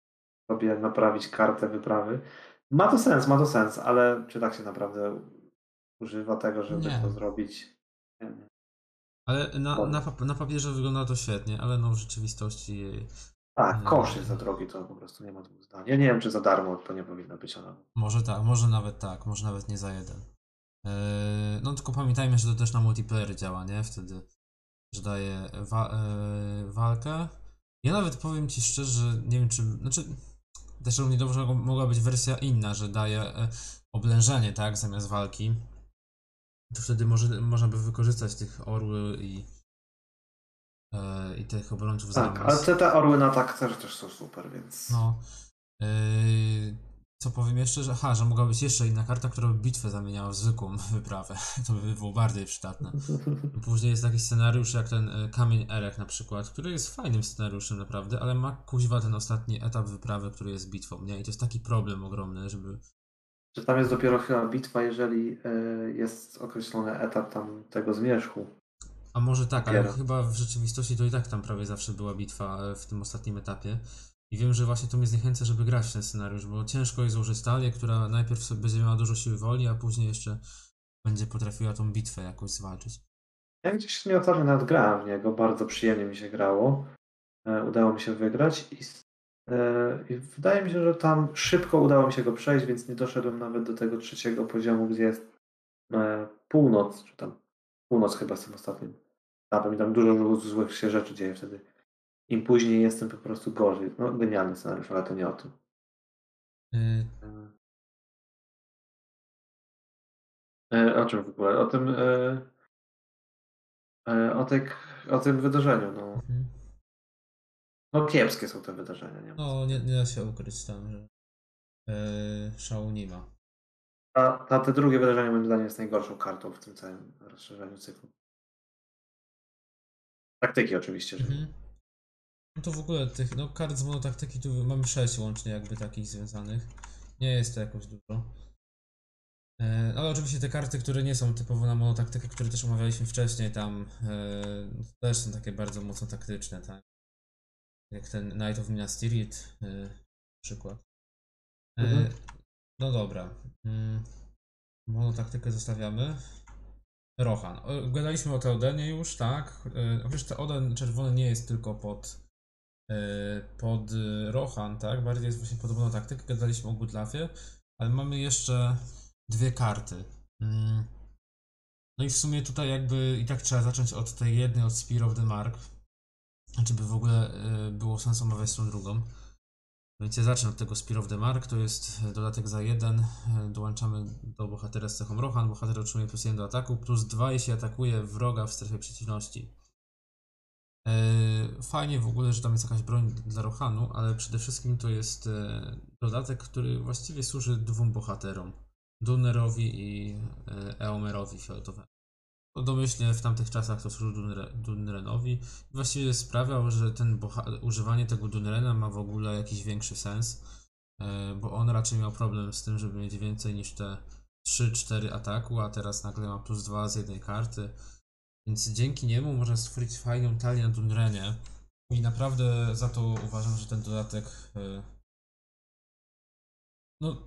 sobie naprawić kartę wyprawy. Ma to sens, ma to sens, ale czy tak się naprawdę używa tego, żeby Nie. to zrobić? Nie, nie. Ale na, na, Ładnie. pap- na papierze wygląda to świetnie, ale no w rzeczywistości. Tak, koszt jest za Yy, drogi, to po prostu nie ma dwóch zdań. Ja nie wiem, czy za darmo to nie powinno być, ale może tak, może nawet tak, może nawet nie za jeden. Yy, no tylko pamiętajmy, że to też na multiplayer działa, nie? Wtedy, że daje wa- yy, walkę. Ja nawet powiem ci szczerze, nie wiem czy. Znaczy, też równie dobrze mogła mogła być wersja inna, że daje e, oblężenie, tak, zamiast walki. To wtedy może, można by wykorzystać tych orły i, e, i tych obrońców tak, ale zamiast. te, te orły na tak też, też są super, więc No. Yy, co powiem jeszcze, że aha, że mogła być jeszcze inna karta, która by bitwę zamieniała w zwykłą wyprawę. To by było bardziej przydatne. Później jest taki scenariusz jak ten e, Kamień Erech na przykład, który jest fajnym scenariuszem naprawdę, ale ma kuźwa ten ostatni etap wyprawy, który jest bitwą, nie? I to jest taki problem ogromny, żeby. że tam jest dopiero chyba bitwa, jeżeli e, jest określony etap tam tego zmierzchu. A może tak, ale Dopiero. chyba w rzeczywistości to i tak tam prawie zawsze była bitwa e, w tym ostatnim etapie. I wiem, że właśnie to mnie zniechęca, żeby grać w ten scenariusz, bo ciężko jest złożyć talię, która najpierw sobie będzie miała dużo siły woli, a później jeszcze będzie potrafiła tą bitwę jakoś zwalczyć. Ja gdzieś nieotwarcie nawet grałem w niego, bardzo przyjemnie mi się grało. E, udało mi się wygrać i, s- e, i wydaje mi się, że tam szybko udało mi się go przejść, więc nie doszedłem nawet do tego trzeciego poziomu, gdzie jest e, północ, czy tam północ chyba z tym ostatnim etapem i tam dużo złych się rzeczy dzieje wtedy. Im później jestem po prostu gorzej. No genialny scenariusz, ale to nie o tym. Yy, E, e, o czym w ogóle? O tym, e, e, o, tej, o tym wydarzeniu. No. mhm. no kiepskie są te wydarzenia, nie ma co. No, nie, nie da się ukryć tam, że yy, szału nie ma. A, a te drugie wydarzenie moim zdaniem jest najgorszą kartą w tym całym rozszerzeniu cyklu. Taktyki oczywiście, że Mhm. No to w ogóle tych, no kart z monotaktyki tu mamy sześć łącznie jakby takich związanych. Nie jest to jakoś dużo. E, ale oczywiście te karty, które nie są typowo na monotaktykę, które też omawialiśmy wcześniej, tam e, no to też są takie bardzo mocno taktyczne, tak? Jak ten Knight of Minas Tirith, e, na przykład. E, mhm. no dobra. Mm, monotaktykę zostawiamy. Rohan. O, gadaliśmy o Teodenie już, tak? E, Chociaż Teoden czerwony nie jest tylko pod, e, pod e, Rohan, tak? Bardziej jest właśnie pod monotaktykę. Gadaliśmy o Gutlafie, ale mamy jeszcze dwie karty. Mm, No i w sumie tutaj jakby i tak trzeba zacząć od tej jednej, od Spear of the Mark, żeby w ogóle y, było sens omawiać tą drugą. Więc ja zacznę od tego Spear of the Mark, to jest dodatek za jeden, y, dołączamy do bohatera z cechą Rohan, bohater otrzymuje plus jeden do ataku, plus dwa jeśli atakuje wroga w strefie przeciwności. Y, Fajnie w ogóle, że tam jest jakaś broń dla Rohanu, ale przede wszystkim to jest y, dodatek, który właściwie służy dwóm bohaterom. Dunnerowi i y, Eomerowi fioletowemu. No domyślnie w tamtych czasach to służył Dunre, Dunrenowi. Właściwie sprawiał, że ten boha- używanie tego Dunrena ma w ogóle jakiś większy sens, e, bo on raczej miał problem z tym, żeby mieć więcej niż te trzy cztery ataku, a teraz nagle ma plus dwa z jednej karty. Więc dzięki niemu można stworzyć fajną talię na Dunrenie. I naprawdę za to uważam, że ten dodatek e, no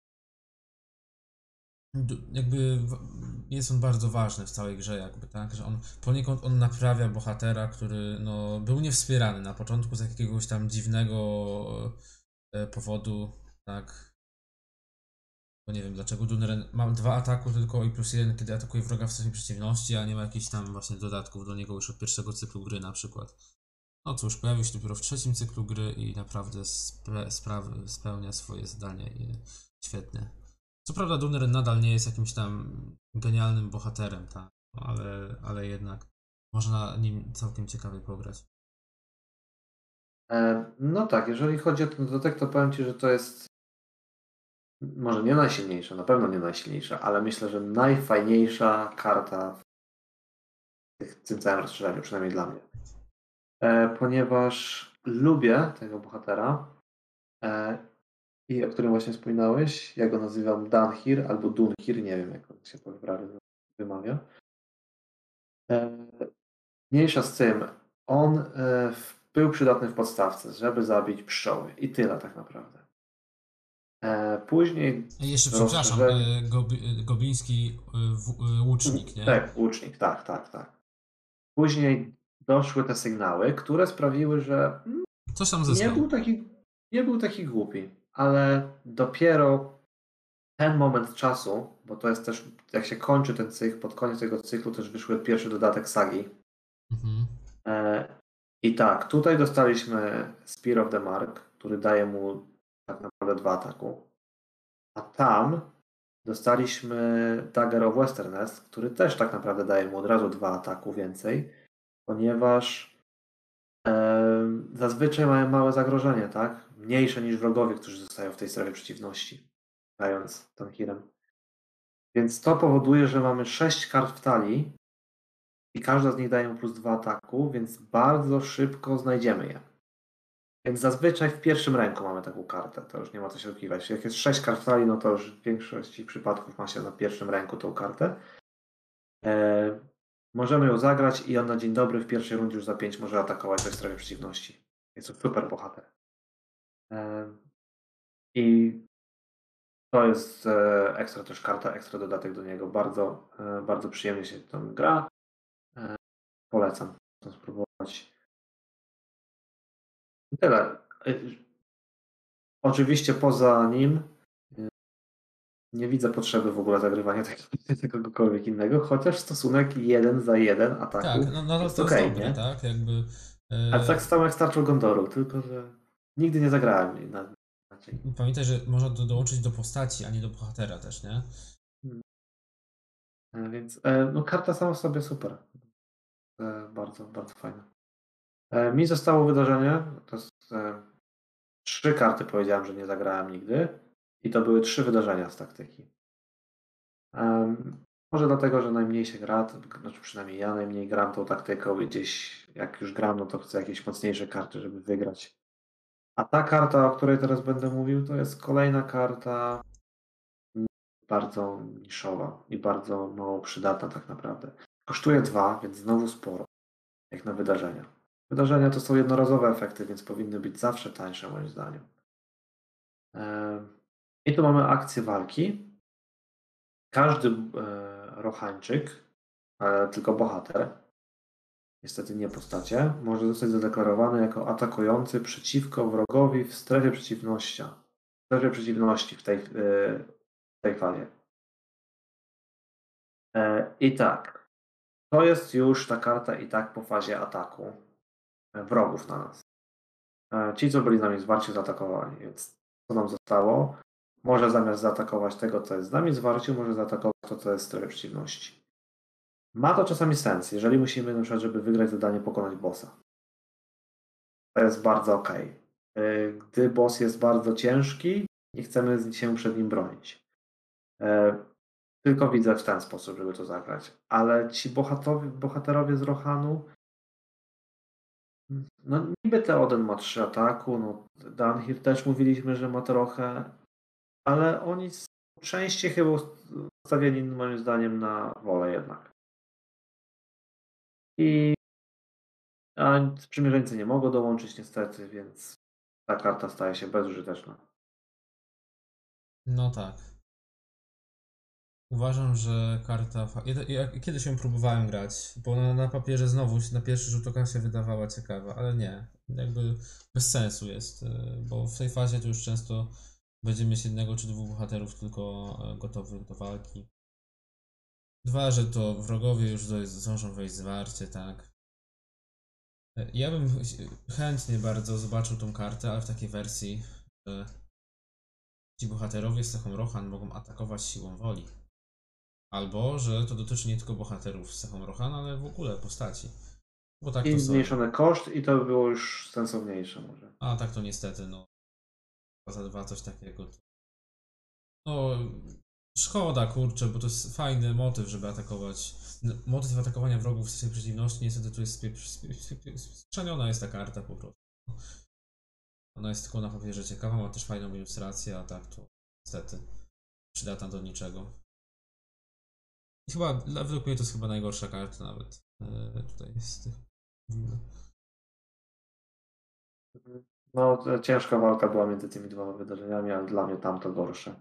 Du- jakby w- jest on bardzo ważny w całej grze jakby, tak, że on poniekąd on naprawia bohatera, który no był niewspierany na początku z jakiegoś tam dziwnego e, powodu, tak, bo nie wiem dlaczego Dunren ma dwa ataku tylko i plus jeden, kiedy atakuje wroga w strefie przeciwności, a nie ma jakichś tam właśnie dodatków do niego już od pierwszego cyklu gry na przykład. No cóż, pojawił się dopiero w trzecim cyklu gry i naprawdę spre- spra- spełnia swoje zadanie i świetnie. Co prawda Dunner nadal nie jest jakimś tam genialnym bohaterem, tak, no, ale, ale jednak można nim całkiem ciekawie pograć. E, no tak, jeżeli chodzi o ten dodatek, to powiem Ci, że to jest może nie najsilniejsza, na pewno nie najsilniejsza, ale myślę, że najfajniejsza karta w tych- w tym całym rozszerzeniu, przynajmniej dla mnie. E, ponieważ lubię tego bohatera e, i o którym właśnie wspominałeś, ja go nazywam Danhir albo Dunhir, nie wiem jak on się poprawnie wymawia. E, mniejsza z tym, on e, w był przydatny w podstawce, żeby zabić pszczoły i tyle tak naprawdę. E, później Jeszcze przepraszam, rozszerzenie... e, gobi, gobliński e, w, e, łucznik, nie? Tak, łucznik, tak, tak, tak. Później doszły te sygnały, które sprawiły, że mm, Coś tam nie zyskał. był taki, nie był taki głupi, ale dopiero ten moment czasu, bo to jest też, jak się kończy ten cykl, pod koniec tego cyklu też wyszły pierwszy dodatek sagi. Mhm. E, I tak, tutaj dostaliśmy Spear of the Mark, który daje mu tak naprawdę dwa ataku. A tam dostaliśmy Dagger of Westerness, który też tak naprawdę daje mu od razu dwa ataku więcej, ponieważ e, zazwyczaj mają małe zagrożenie, tak? Mniejsze niż wrogowie, którzy zostają w tej strefie przeciwności, grając Tanhirem. Więc to powoduje, że mamy sześć kart w talii i każda z nich daje mu plus dwa ataku, więc bardzo szybko znajdziemy je. Więc zazwyczaj w pierwszym ręku mamy taką kartę, to już nie ma co się oczekiwać. Jak jest sześć kart w talii, no to już w większości przypadków ma się na pierwszym ręku tą kartę. E, możemy ją zagrać i on na dzień dobry w pierwszej rundzie już za pięć może atakować w strefie przeciwności. Jest to super bohater. E, I to jest e, ekstra też karta, ekstra dodatek do niego. Bardzo, e, bardzo przyjemnie się tam gra. E, polecam to spróbować. I tyle. E, oczywiście poza nim e, nie widzę potrzeby w ogóle zagrywania tego, tego kogokolwiek innego, chociaż stosunek jeden za jeden ataku Tak, no, no to, jest to jest okej, dobre, nie? tak? Jakby. E, Ale tak samo jak Starczą Gondoru, tylko że nigdy nie zagrałem na, inaczej. Pamiętaj, że można to dołączyć do postaci, a nie do bohatera też, nie? E, Więc e, no, karta sama w sobie super. E, Bardzo, bardzo fajna. E, Mi zostało wydarzenie, to jest e, trzy karty powiedziałem, że nie zagrałem nigdy i to były trzy wydarzenia z taktyki. Em, Może dlatego, że najmniej się gra, to, znaczy przynajmniej ja najmniej gram tą taktyką i gdzieś jak już gram, no to chcę jakieś mocniejsze karty, żeby wygrać. A ta karta, o której teraz będę mówił, to jest kolejna karta mm, bardzo niszowa i bardzo mało przydatna tak naprawdę. Kosztuje dwa, więc znowu sporo, jak na wydarzenia. Wydarzenia to są jednorazowe efekty, więc powinny być zawsze tańsze moim zdaniem. Em, I tu mamy akcję walki. Każdy e, Rohańczyk, e, tylko bohater, niestety nie postacie, może zostać zadeklarowany jako atakujący przeciwko wrogowi w strefie przeciwności. W strefie przeciwności w tej, e, w tej fali. E, I tak, to jest już ta karta i tak po fazie ataku e, wrogów na nas. E, Ci, co byli z nami zwarci, zaatakowani, więc co nam zostało? Może zamiast zaatakować tego, co jest z nami zwarciu, może zaatakować to, co jest w strefie przeciwności. Ma to czasami sens, jeżeli musimy na przykład, żeby wygrać zadanie, pokonać bossa. To jest bardzo ok. Gdy boss jest bardzo ciężki, nie chcemy się przed nim bronić. E, Tylko widzę w ten sposób, żeby to zagrać. Ale ci bohaterowie, bohaterowie z Rohanu, no niby Theoden ma trzy ataku, no Danhir też mówiliśmy, że ma trochę, ale oni są częściej chyba ustawieni moim zdaniem na wolę jednak. I a sprzymierzeńcy nie mogą dołączyć niestety, więc ta karta staje się bezużyteczna. No tak. Uważam, że karta. fa- Ja, ja kiedyś ją próbowałem grać, bo ona na papierze znowu się- na pierwszy rzut oka się wydawała ciekawa, ale nie. Jakby bez sensu jest, y, bo w tej fazie to już często będziemy mieć jednego czy dwóch bohaterów tylko e, gotowych do walki. Dwa, że to wrogowie już do- zdążą wejść zwarcie, tak. E, Ja bym ch- chętnie bardzo zobaczył tą kartę, ale w takiej wersji, że ci bohaterowie z cechą Rohan mogą atakować siłą woli. Albo, że to dotyczy nie tylko bohaterów z cechą Rohan, ale w ogóle postaci. Bo tak to I sorry. zmniejszony koszt i to by było już sensowniejsze może. A tak to niestety, no. dwa za dwa coś takiego. to- No, szkoda kurczę, bo to jest fajny motyw, żeby atakować. N- Motyw atakowania wrogów w swojej przeciwności, niestety tu jest spie- spie- spie- sprzeczeniona jest ta karta po prostu. Ona jest tylko na papierze ciekawa, ma też fajną ilustrację, a tak to niestety przydatna do niczego. I chyba, dla- według mnie to jest chyba najgorsza karta nawet. e, Tutaj jest. No, to ciężka walka była między tymi dwoma wydarzeniami, ale dla mnie tamto gorsze.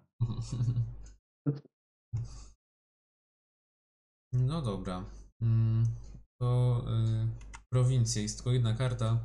No dobra. Mm, To y, prowincje jest tylko jedna karta.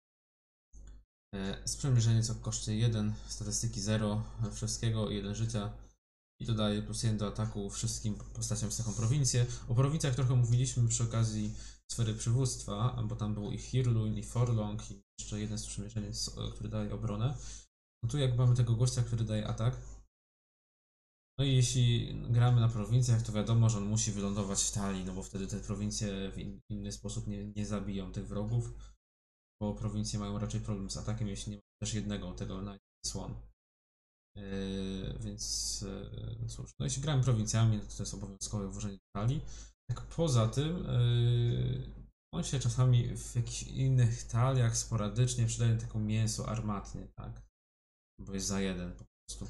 E, Sprzymierzenie co kosztuje jeden, statystyki zero, wszystkiego i jeden życia. I dodaje plus jeden do ataku wszystkim postaciom z taką prowincję. O prowincjach trochę mówiliśmy przy okazji sfery przywództwa, bo tam był i Hirlun, i Forlong, i jeszcze jeden sprzymierzenie, który daje obronę. No tu jak mamy tego gościa, który daje atak. No i jeśli gramy na prowincjach, to wiadomo, że on musi wylądować w talii, no bo wtedy te prowincje w in, inny sposób nie, nie zabiją tych wrogów, bo prowincje mają raczej problem z atakiem, jeśli nie ma też jednego, tego na słon. Yy, więc yy, cóż, no jeśli gramy prowincjami, no to to jest obowiązkowe włożenie talii. Tak poza tym, yy, on się czasami w jakichś innych taliach sporadycznie przydaje taką mięso armatnie, tak? Bo jest za jeden po prostu.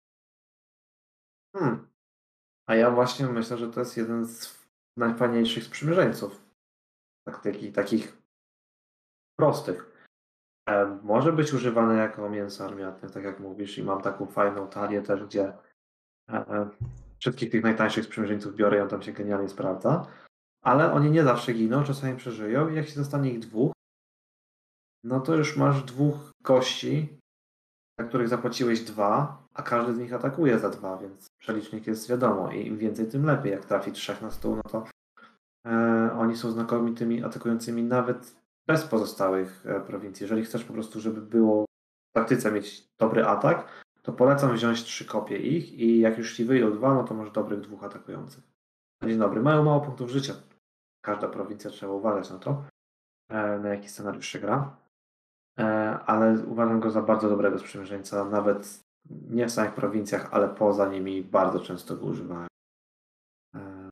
Hmm. A ja właśnie myślę, że to jest jeden z najfajniejszych sprzymierzeńców. Taktyki takich prostych. E, może być używany jako mięso armiatne, tak jak mówisz, i mam taką fajną talię też, gdzie e, wszystkich tych najtańszych sprzymierzeńców biorę i on tam się genialnie sprawdza. Ale oni nie zawsze giną, czasami przeżyją i jak się zostanie ich dwóch, no to już masz dwóch gości, na których zapłaciłeś dwa, a każdy z nich atakuje za dwa, więc przelicznik jest wiadomo i im więcej, tym lepiej. Jak trafi trzech na stół, no to e, oni są znakomitymi atakującymi nawet bez pozostałych e, prowincji. Jeżeli chcesz po prostu, żeby było w taktyce mieć dobry atak, to polecam wziąć trzy kopie ich i jak już ci wyjdą dwa, no to masz dobrych dwóch atakujących. Dzień dobry. Mają mało punktów życia. Każda prowincja, trzeba uważać na to, e, na jaki scenariusz się gra. E, ale uważam go za bardzo dobrego sprzymierzeńca, nawet nie w samych prowincjach, ale poza nimi bardzo często go używałem. E,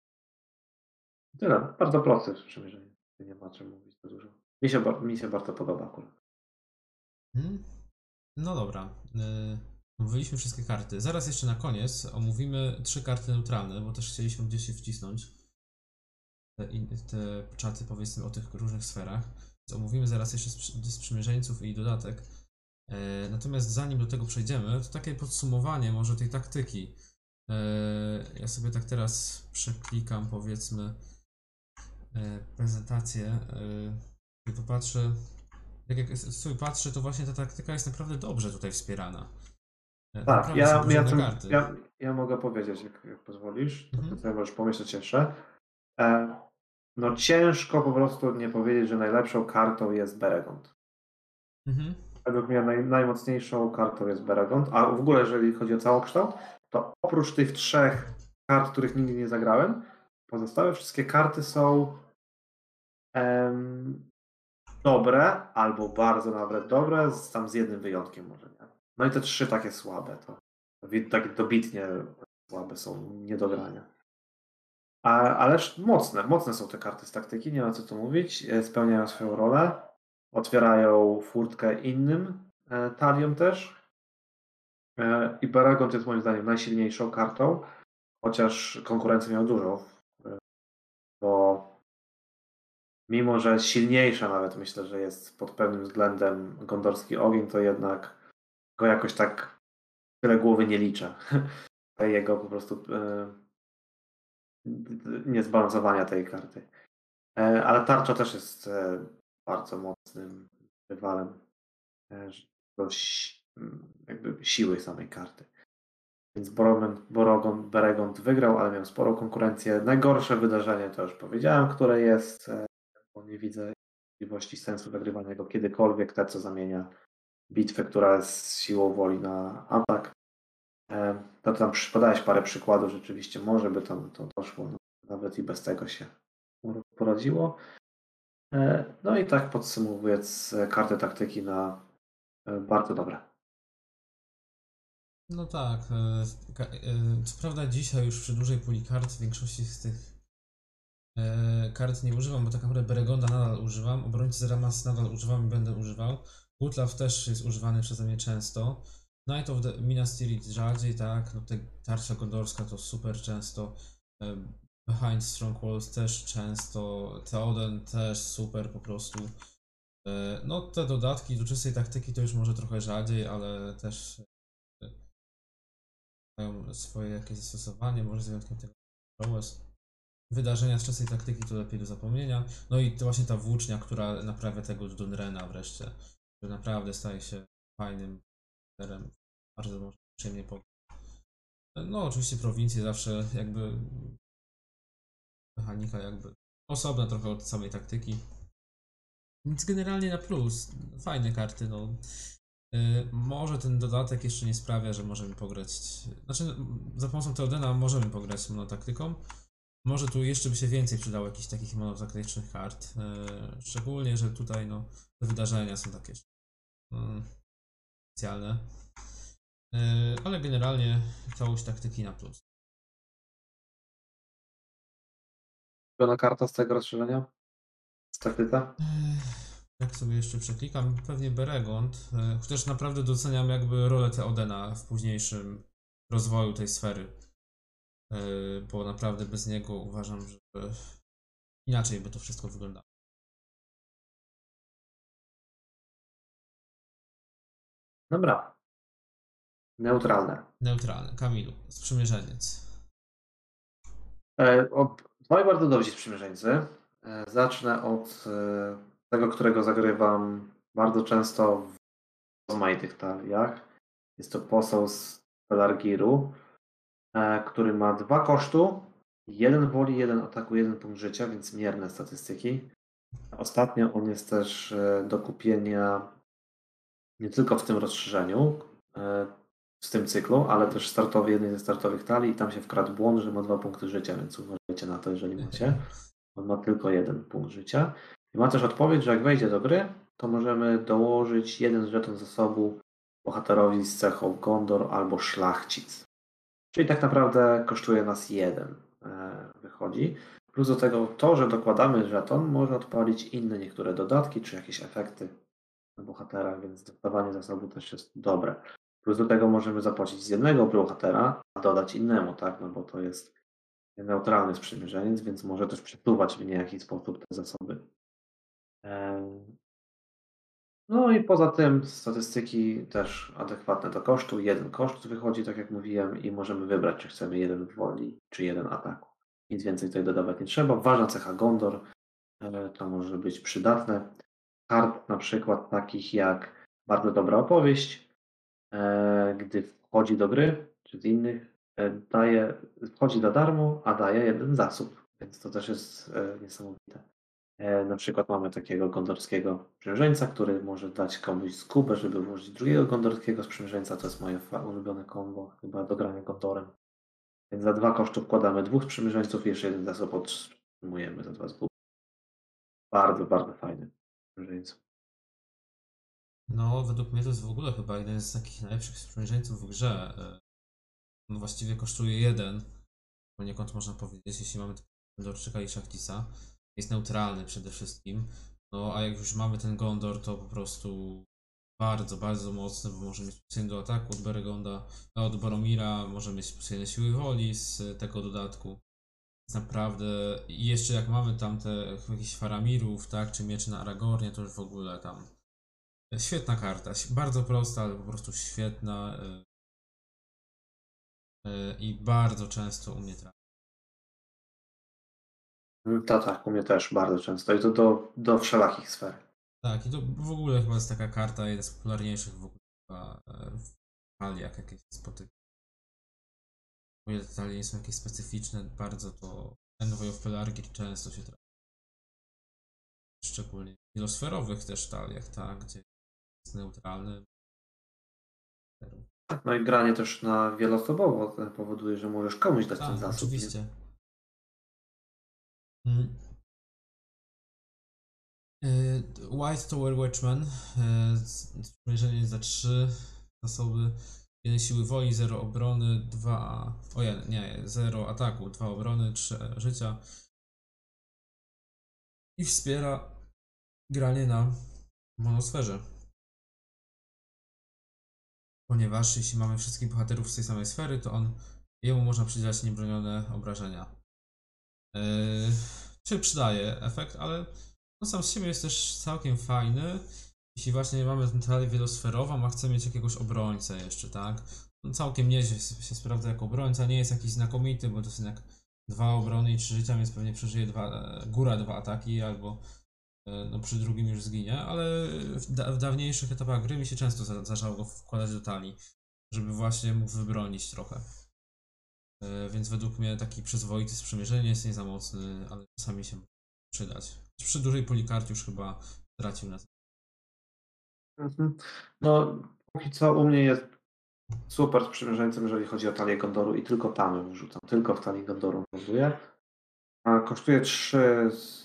Tyle. Bardzo prosty sprzymierzenie. Nie ma o czym mówić za dużo. Mi się, ba- mi się bardzo podoba akurat. Hmm? No dobra. Yy, omówiliśmy wszystkie karty. Zaraz jeszcze na koniec omówimy trzy karty neutralne, bo też chcieliśmy gdzieś się wcisnąć. Te, in, te czaty powiedzmy o tych różnych sferach. Więc omówimy zaraz jeszcze sprzy- sprzymierzeńców i dodatek. E, natomiast zanim do tego przejdziemy, to takie podsumowanie może tej taktyki. E, ja sobie tak teraz przeklikam powiedzmy e, prezentację e, i popatrzę. Jak, jak sobie patrzę, to właśnie ta taktyka jest naprawdę dobrze tutaj wspierana. E, Tak, naprawdę są ja, ja, porządne tym, karty. ja, ja mogę powiedzieć, jak, jak pozwolisz, to ty Mhm. sobie możesz pomyśleć jeszcze. E, no ciężko po prostu nie powiedzieć, że najlepszą kartą jest Beregond. Mhm. Według mnie naj, najmocniejszą kartą jest Beregond, a w ogóle jeżeli chodzi o całokształt, to oprócz tych trzech kart, których nigdy nie zagrałem, pozostałe wszystkie karty są em, dobre, albo bardzo nawet dobre, z, tam z jednym wyjątkiem może nie. No i te trzy takie słabe, to wi- tak dobitnie słabe są, nie do grania. A, ależ mocne, mocne są te karty z taktyki, nie ma co tu mówić, e, spełniają swoją rolę, otwierają furtkę innym e, taliom też. E, I Baragon jest moim zdaniem najsilniejszą kartą, chociaż konkurencji miał dużo, e, bo mimo, że silniejsza nawet myślę, że jest pod pewnym względem Gondorski Ogień, to jednak go jakoś tak tyle głowy nie liczę. Tej jego po prostu e, niezbalansowania tej karty. E, ale tarcza też jest e, bardzo mocnym rywalem e, do si- m, jakby siły samej karty. Więc Borogon, Borogon, Beregond wygrał, ale miał sporą konkurencję. Najgorsze wydarzenie to już powiedziałem, które jest, e, bo nie widzę możliwości sensu wygrywania go kiedykolwiek. Te, co zamienia bitwę, która jest siłą woli na atak. E, To tam przy- podałeś parę przykładów, rzeczywiście może by tam to doszło. No, nawet i bez tego się poradziło. E, No i tak podsumowując, e, karty taktyki na e, bardzo dobre. No tak. E, ka- e, co prawda dzisiaj już przy dużej puli kart większości z tych e, kart nie używam, bo tak naprawdę Beregonda nadal używam, Obrońcy Zeramas nadal używam i będę używał. Gutlaw też jest używany przeze mnie często. Knight of the Minas Tirith rzadziej, tak. No te tarcza gondorska to super często. E, Behind Strong Walls też często. Theoden też super po prostu. E, No, te dodatki do czystej taktyki to już może trochę rzadziej, ale też e, mają swoje jakieś zastosowanie, może z wyjątkiem tego Prowess. Wydarzenia z czystej taktyki to lepiej do zapomnienia. No i to właśnie ta włócznia, która naprawia tego Dunrena wreszcie, który naprawdę staje się fajnym bohaterem. Bardzo można przyjemnie pograć. No, oczywiście prowincje zawsze jakby mechanika jakby osobna trochę od samej taktyki. Więc generalnie na plus. Fajne karty, no. Yy, może ten dodatek jeszcze nie sprawia, że możemy pograć. Znaczy, za pomocą Theodena możemy pograć monotaktyką. Może tu jeszcze by się więcej przydało jakichś takich monotaktycznych kart. Yy, szczególnie, że tutaj no, te wydarzenia są takie yy, specjalne. Yy, ale generalnie całość taktyki na plus. Ulubiona karta z tego rozszerzenia? Z taktyka? Jak sobie jeszcze przeklikam, pewnie Beregond, e, chociaż naprawdę doceniam jakby rolę Theodena w późniejszym rozwoju tej sfery, e, bo naprawdę bez niego uważam, że inaczej by to wszystko wyglądało. Dobra. Neutralne. Neutralny, Kamilu, sprzymierzeniec. E, o, dwaj bardzo dobrzy sprzymierzeńcy. E, zacznę od e, tego, którego zagrywam bardzo często w rozmaitych taliach. Jest to poseł z Pelargiru, e, który ma dwa kosztu, jeden woli, jeden ataku, jeden punkt życia, więc mierne statystyki. Ostatnio on jest też e, do kupienia nie tylko w tym rozszerzeniu, e, w tym cyklu, ale też startowy, jednej ze startowych talii i tam się wkradł błąd, że ma dwa punkty życia, więc uważajcie na to, jeżeli macie. On ma tylko jeden punkt życia. I ma też odpowiedź, że jak wejdzie do gry, to możemy dołożyć jeden żeton zasobu bohaterowi z cechą Gondor albo Szlachcic. Czyli tak naprawdę kosztuje nas jeden, e, wychodzi. Plus do tego to, że dokładamy żeton, może odpalić inne niektóre dodatki czy jakieś efekty na bohatera, więc dodawanie zasobu też jest dobre. Plus do tego możemy zapłacić z jednego bohatera, a dodać innemu, tak? No bo to jest neutralny sprzymierzeniec, więc może też przesuwać w niejaki sposób te zasoby. Em, No i poza tym statystyki też adekwatne do kosztu. Jeden koszt wychodzi, tak jak mówiłem, i możemy wybrać, czy chcemy jeden woli, czy jeden ataku. Nic więcej tutaj dodawać nie trzeba. Ważna cecha Gondor, e, to może być przydatne. Kart na przykład takich jak bardzo dobra opowieść, e, gdy wchodzi do gry, czy z innych, e, daje, wchodzi za darmo, a daje jeden zasób, więc to też jest e, niesamowite. E, Na przykład mamy takiego gondorskiego sprzymierzeńca, który może dać komuś zgubę, żeby włożyć drugiego gondorskiego sprzymierzeńca. To jest moje fa- ulubione kombo, chyba do grania Gondorem. Więc za dwa koszty wkładamy dwóch sprzymierzeńców i jeszcze jeden zasób otrzymujemy za dwa zguby. Bardzo, bardzo fajny sprzymierzeńca. No, według mnie to jest w ogóle chyba jeden z takich najlepszych sprzymierzeńców w grze. E, On właściwie kosztuje jeden, poniekąd można powiedzieć, jeśli mamy Gondorczyka i Szlachcica. Jest neutralny przede wszystkim. No, a jak już mamy ten Gondor, to po prostu bardzo, bardzo mocny, bo może mieć plus jeden do ataku od Beregonda, a od Boromira może mieć plus jeden siły woli z tego dodatku. Jest naprawdę, i jeszcze jak mamy tam te jakichś Faramirów, tak, czy mieczy na Aragornie, to już w ogóle tam świetna karta, bardzo prosta, ale po prostu świetna yy, yy, i bardzo często u mnie trafia. Tak, tak, u mnie też bardzo często i to do, do wszelakich sfer. Tak, i to w ogóle chyba jest taka karta, jedna z popularniejszych w ogóle chyba, e, w taliach jakieś spotyka. O ile te talie nie są jakieś specyficzne bardzo, to Envoy of Pelargir często się trafia. Szczególnie w wielosferowych też taliach, tak, gdzie jest neutralny. No i granie też na wieloosobowo powoduje, że możesz komuś dać ten Tak, zasób. Nie? oczywiście. Mm. Y, White Tower Watchman, y, spojrzenie za trzy zasoby, jeden siły woli, zero obrony, dwa, o nie, nie, zero ataku, dwa obrony, trzy życia i wspiera granie na monosferze. Ponieważ jeśli mamy wszystkich bohaterów z tej samej sfery, to on, jemu można przydzielać niebronione obrażenia. Yy, się przydaje efekt, ale no sam z siebie jest też całkiem fajny. Jeśli właśnie mamy tę talię wielosferową, a chcemy mieć jakiegoś obrońcę jeszcze, tak? No całkiem nieźle się, się sprawdza jako obrońca, nie jest jakiś znakomity, bo to jest jednak dwa obrony i trzy życia, więc pewnie przeżyje dwa, e, góra dwa ataki, albo e, no przy drugim już zginie, ale w, da, w dawniejszych etapach gry mi się często za, zdarzało go wkładać do talii, żeby właśnie mógł wybronić trochę. E, Więc według mnie taki przyzwoity sprzymierzenie jest nie za mocny, ale czasami się może przydać. Przy dużej polikarcie już chyba stracił na tym. Mhm. No, póki co u mnie jest super sprzymierzeńcem, jeżeli chodzi o talię Gondoru i tylko tam ją wrzucam. Tylko w talii Gondoru ląduje. A kosztuje trzy z,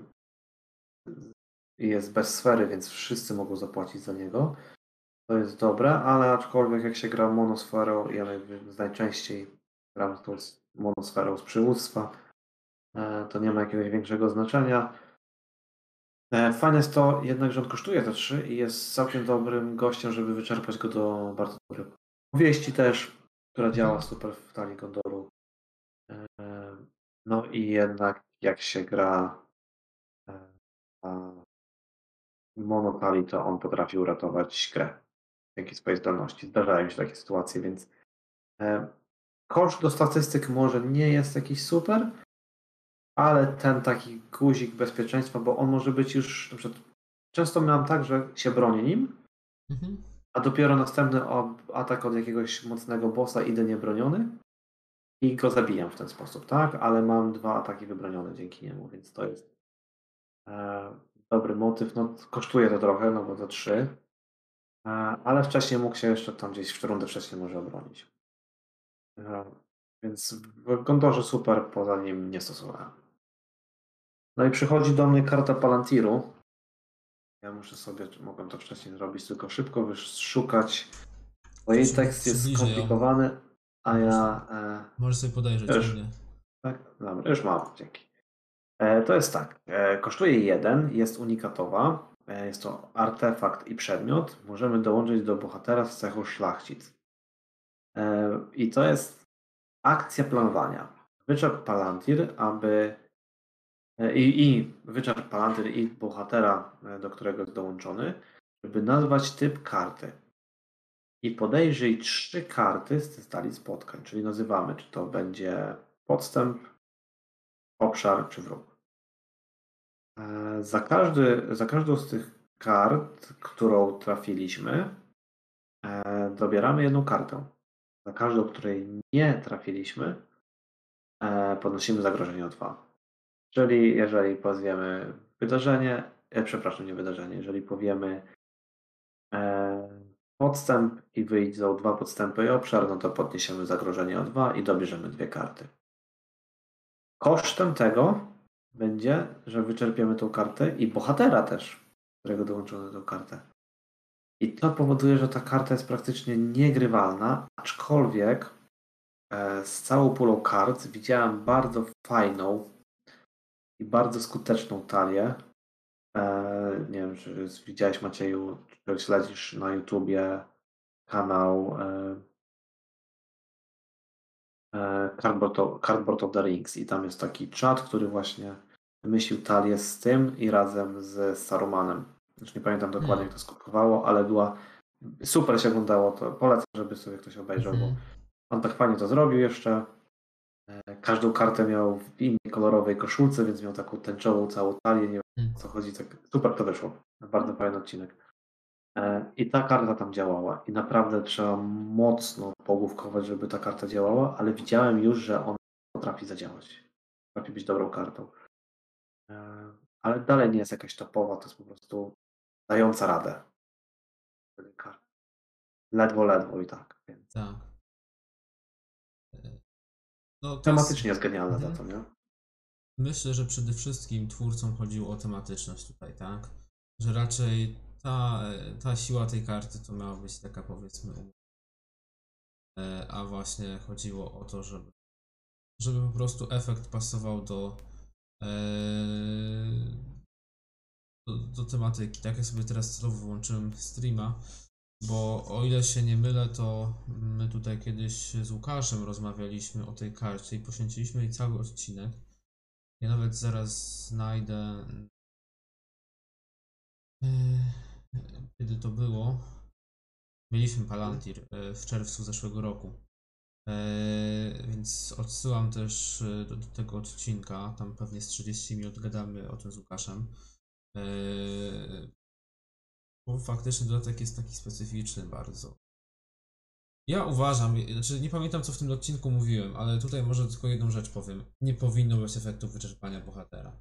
i jest bez sfery, więc wszyscy mogą zapłacić za niego. To jest dobre, ale aczkolwiek jak się gra monosferą, ja najwy- najczęściej gram tą s- monosferą z przywództwa, e, to nie ma jakiegoś większego znaczenia. E, Fajne jest to jednak, że on kosztuje te trzy i jest całkiem dobrym gościem, żeby wyczerpać go do bardzo dobrych powieści też, która działa Mhm. super w talii Gondoru. E, No i jednak jak się gra e, na monotalii, to on potrafi uratować grę dzięki swojej zdolności. Zdarzają się takie sytuacje, więc e, koszt do statystyk może nie jest jakiś super, ale ten taki guzik bezpieczeństwa, bo on może być już, na przykład, często miałem tak, że się bronię nim, Mhm. a dopiero następny ob- atak od jakiegoś mocnego bossa idę niebroniony i go zabijam w ten sposób, tak? Ale mam dwa ataki wybronione dzięki niemu, więc to jest e, dobry motyw. No, kosztuje to trochę, no bo to trzy, e, ale wcześniej mógł się jeszcze tam gdzieś w rundę wcześniej może obronić. E, więc w Gondorze super, poza nim nie stosowałem. No i przychodzi do mnie karta Palantiru. Ja muszę sobie, mogłem to wcześniej zrobić, tylko szybko wyszukać, bo jej Przy, tekst jest przybliżę ją. skomplikowany, a Możesz, ja... E, możesz sobie podejrzeć u już, mnie. tak? Dobra, już mam, dzięki. E, to jest tak, e, kosztuje jeden, jest unikatowa, e, jest to artefakt i przedmiot. Możemy dołączyć do bohatera z cechą szlachcic. E, I to jest akcja planowania. Wyczerp Palantir, aby E, I, I wyczerp Palantir i bohatera, e, do którego jest dołączony, żeby nazwać typ karty. I podejrzyj trzy karty z talii spotkań, czyli nazywamy, czy to będzie podstęp, obszar, czy wróg. E, Za, każdy, za każdą z tych kart, którą trafiliśmy, e, dobieramy jedną kartę. Za każdą, której nie trafiliśmy, e, podnosimy zagrożenie o dwa. Czyli jeżeli powiemy wydarzenie, e, przepraszam, nie wydarzenie, jeżeli powiemy e, podstęp i wyjdą dwa podstępy i obszar, no to podniesiemy zagrożenie o dwa i dobierzemy dwie karty. Kosztem tego będzie, że wyczerpiemy tą kartę i bohatera też, którego dołączono tą kartę. I to powoduje, że ta karta jest praktycznie niegrywalna, aczkolwiek e, z całą pulą kart widziałem bardzo fajną i bardzo skuteczną talię. E, nie wiem, czy widziałeś, Macieju, czy śledzisz na YouTubie kanał e, e, Cardboard of, Cardboard of the Rings i tam jest taki czat, który właśnie wymyślił talię z tym i razem z Sarumanem. Już nie pamiętam dokładnie, Hmm. jak to skutkowało, ale była super się oglądało. To polecam, żeby sobie ktoś obejrzał, bo Mhm. on tak fajnie to zrobił jeszcze. E, Każdą kartę miał w innej kolorowej koszulce, więc miał taką tęczową całą talię. Nie wiem, Hmm. o co chodzi. Tak super to wyszło. Bardzo fajny odcinek. E, I ta karta tam działała. I naprawdę trzeba mocno pogłówkować, żeby ta karta działała, ale widziałem już, że ona potrafi zadziałać. Potrafi być dobrą kartą. E, Ale dalej nie jest jakaś topowa, to jest po prostu dająca radę. Ledwo, ledwo i tak. Więc Tak. E, No to jest. tematycznie jest genialna za Mhm. to, nie? Myślę, że przede wszystkim twórcom chodziło o tematyczność tutaj, tak? Że raczej ta, e, ta siła tej karty to miała być taka, powiedzmy, um- e, a właśnie chodziło o to, żeby, żeby po prostu efekt pasował do, e, do, do tematyki. Tak, ja sobie teraz celowo wyłączyłem streama, bo o ile się nie mylę, to my tutaj kiedyś z Łukaszem rozmawialiśmy o tej karcie i poświęciliśmy jej cały odcinek. Ja nawet zaraz znajdę Yy, Kiedy to było? Mieliśmy Palantir yy, w czerwcu zeszłego roku. Yy, więc odsyłam też yy, do, do tego odcinka. Tam pewnie z trzydzieści minut gadamy o tym z Łukaszem. Yy, Bo faktycznie dodatek jest taki specyficzny bardzo. Ja uważam, znaczy nie pamiętam co w tym odcinku mówiłem, ale tutaj może tylko jedną rzecz powiem. Nie powinno być efektów wyczerpania bohatera.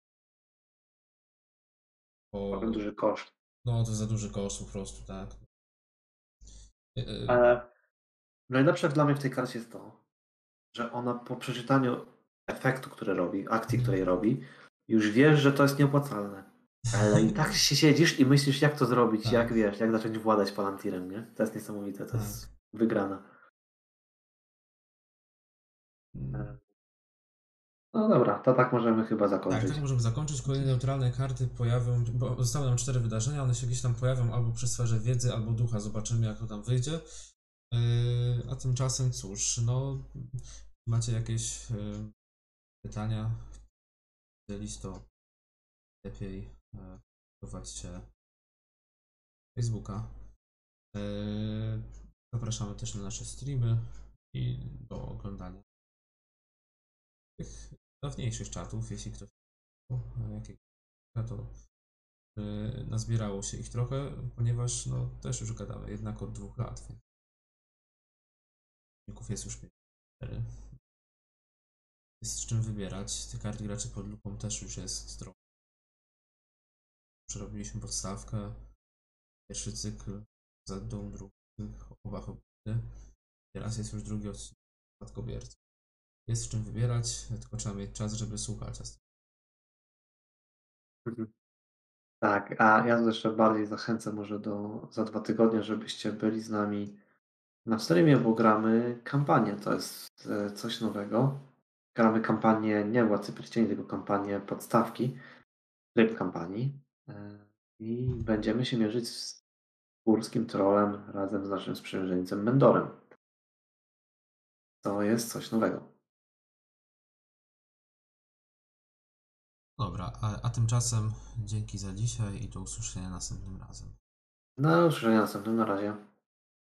Powiem Bo duży koszt. no to za duży koszt po prostu, tak. Yy, yy, Ale najlepsze dla mnie w tej karcie jest to, że ona po przeczytaniu efektu, który robi, akcji, mhm. której robi, już wiesz, że to jest nieopłacalne. Ale i tak się siedzisz i myślisz, jak to zrobić, Tak, jak wiesz, jak zacząć władać Palantirem, nie? To jest niesamowite, to tak. jest wygrana. Mm. E, No dobra, to tak możemy chyba Tak, tak zakończyć. możemy zakończyć. Kolejne neutralne karty pojawią, bo zostały nam cztery wydarzenia, one się gdzieś tam pojawią albo przy sferze wiedzy, albo ducha. Zobaczymy, jak to tam wyjdzie. Yy, a tymczasem cóż, no macie jakieś yy, pytania? Dzielić to lepiej yy, prowadź się Facebooka. Yy, Zapraszamy też na nasze streamy i do oglądania tych dawniejszych czatów, jeśli ktoś jakiego to yy, nazbierało się ich trochę, ponieważ no też już gadamy jednak od dwóch lat, więc odcinków jest już cztery. Jest z czym wybierać. Tych kart graczy pod lupą też już jest trochę. Przerobiliśmy podstawkę. Pierwszy cykl z dół, drugi oba hobity. Teraz jest już drugi odcinek spadkobiercy. Jest w czym wybierać, tylko trzeba mieć czas, żeby słuchać. Mhm. Tak, a ja jeszcze bardziej zachęcam może do za dwa tygodnie, żebyście byli z nami na streamie, bo gramy kampanię. To jest e, coś nowego. Gramy kampanię nie Władcy Pierścieni, tylko kampanię podstawki, tryb kampanii. E, I będziemy się mierzyć z górskim trollem razem z naszym sprzymierzeńcem Mendorem. To jest coś nowego. Dobra, a, a tymczasem dzięki za dzisiaj i do usłyszenia następnym razem. Do usłyszenia następnym, na razie.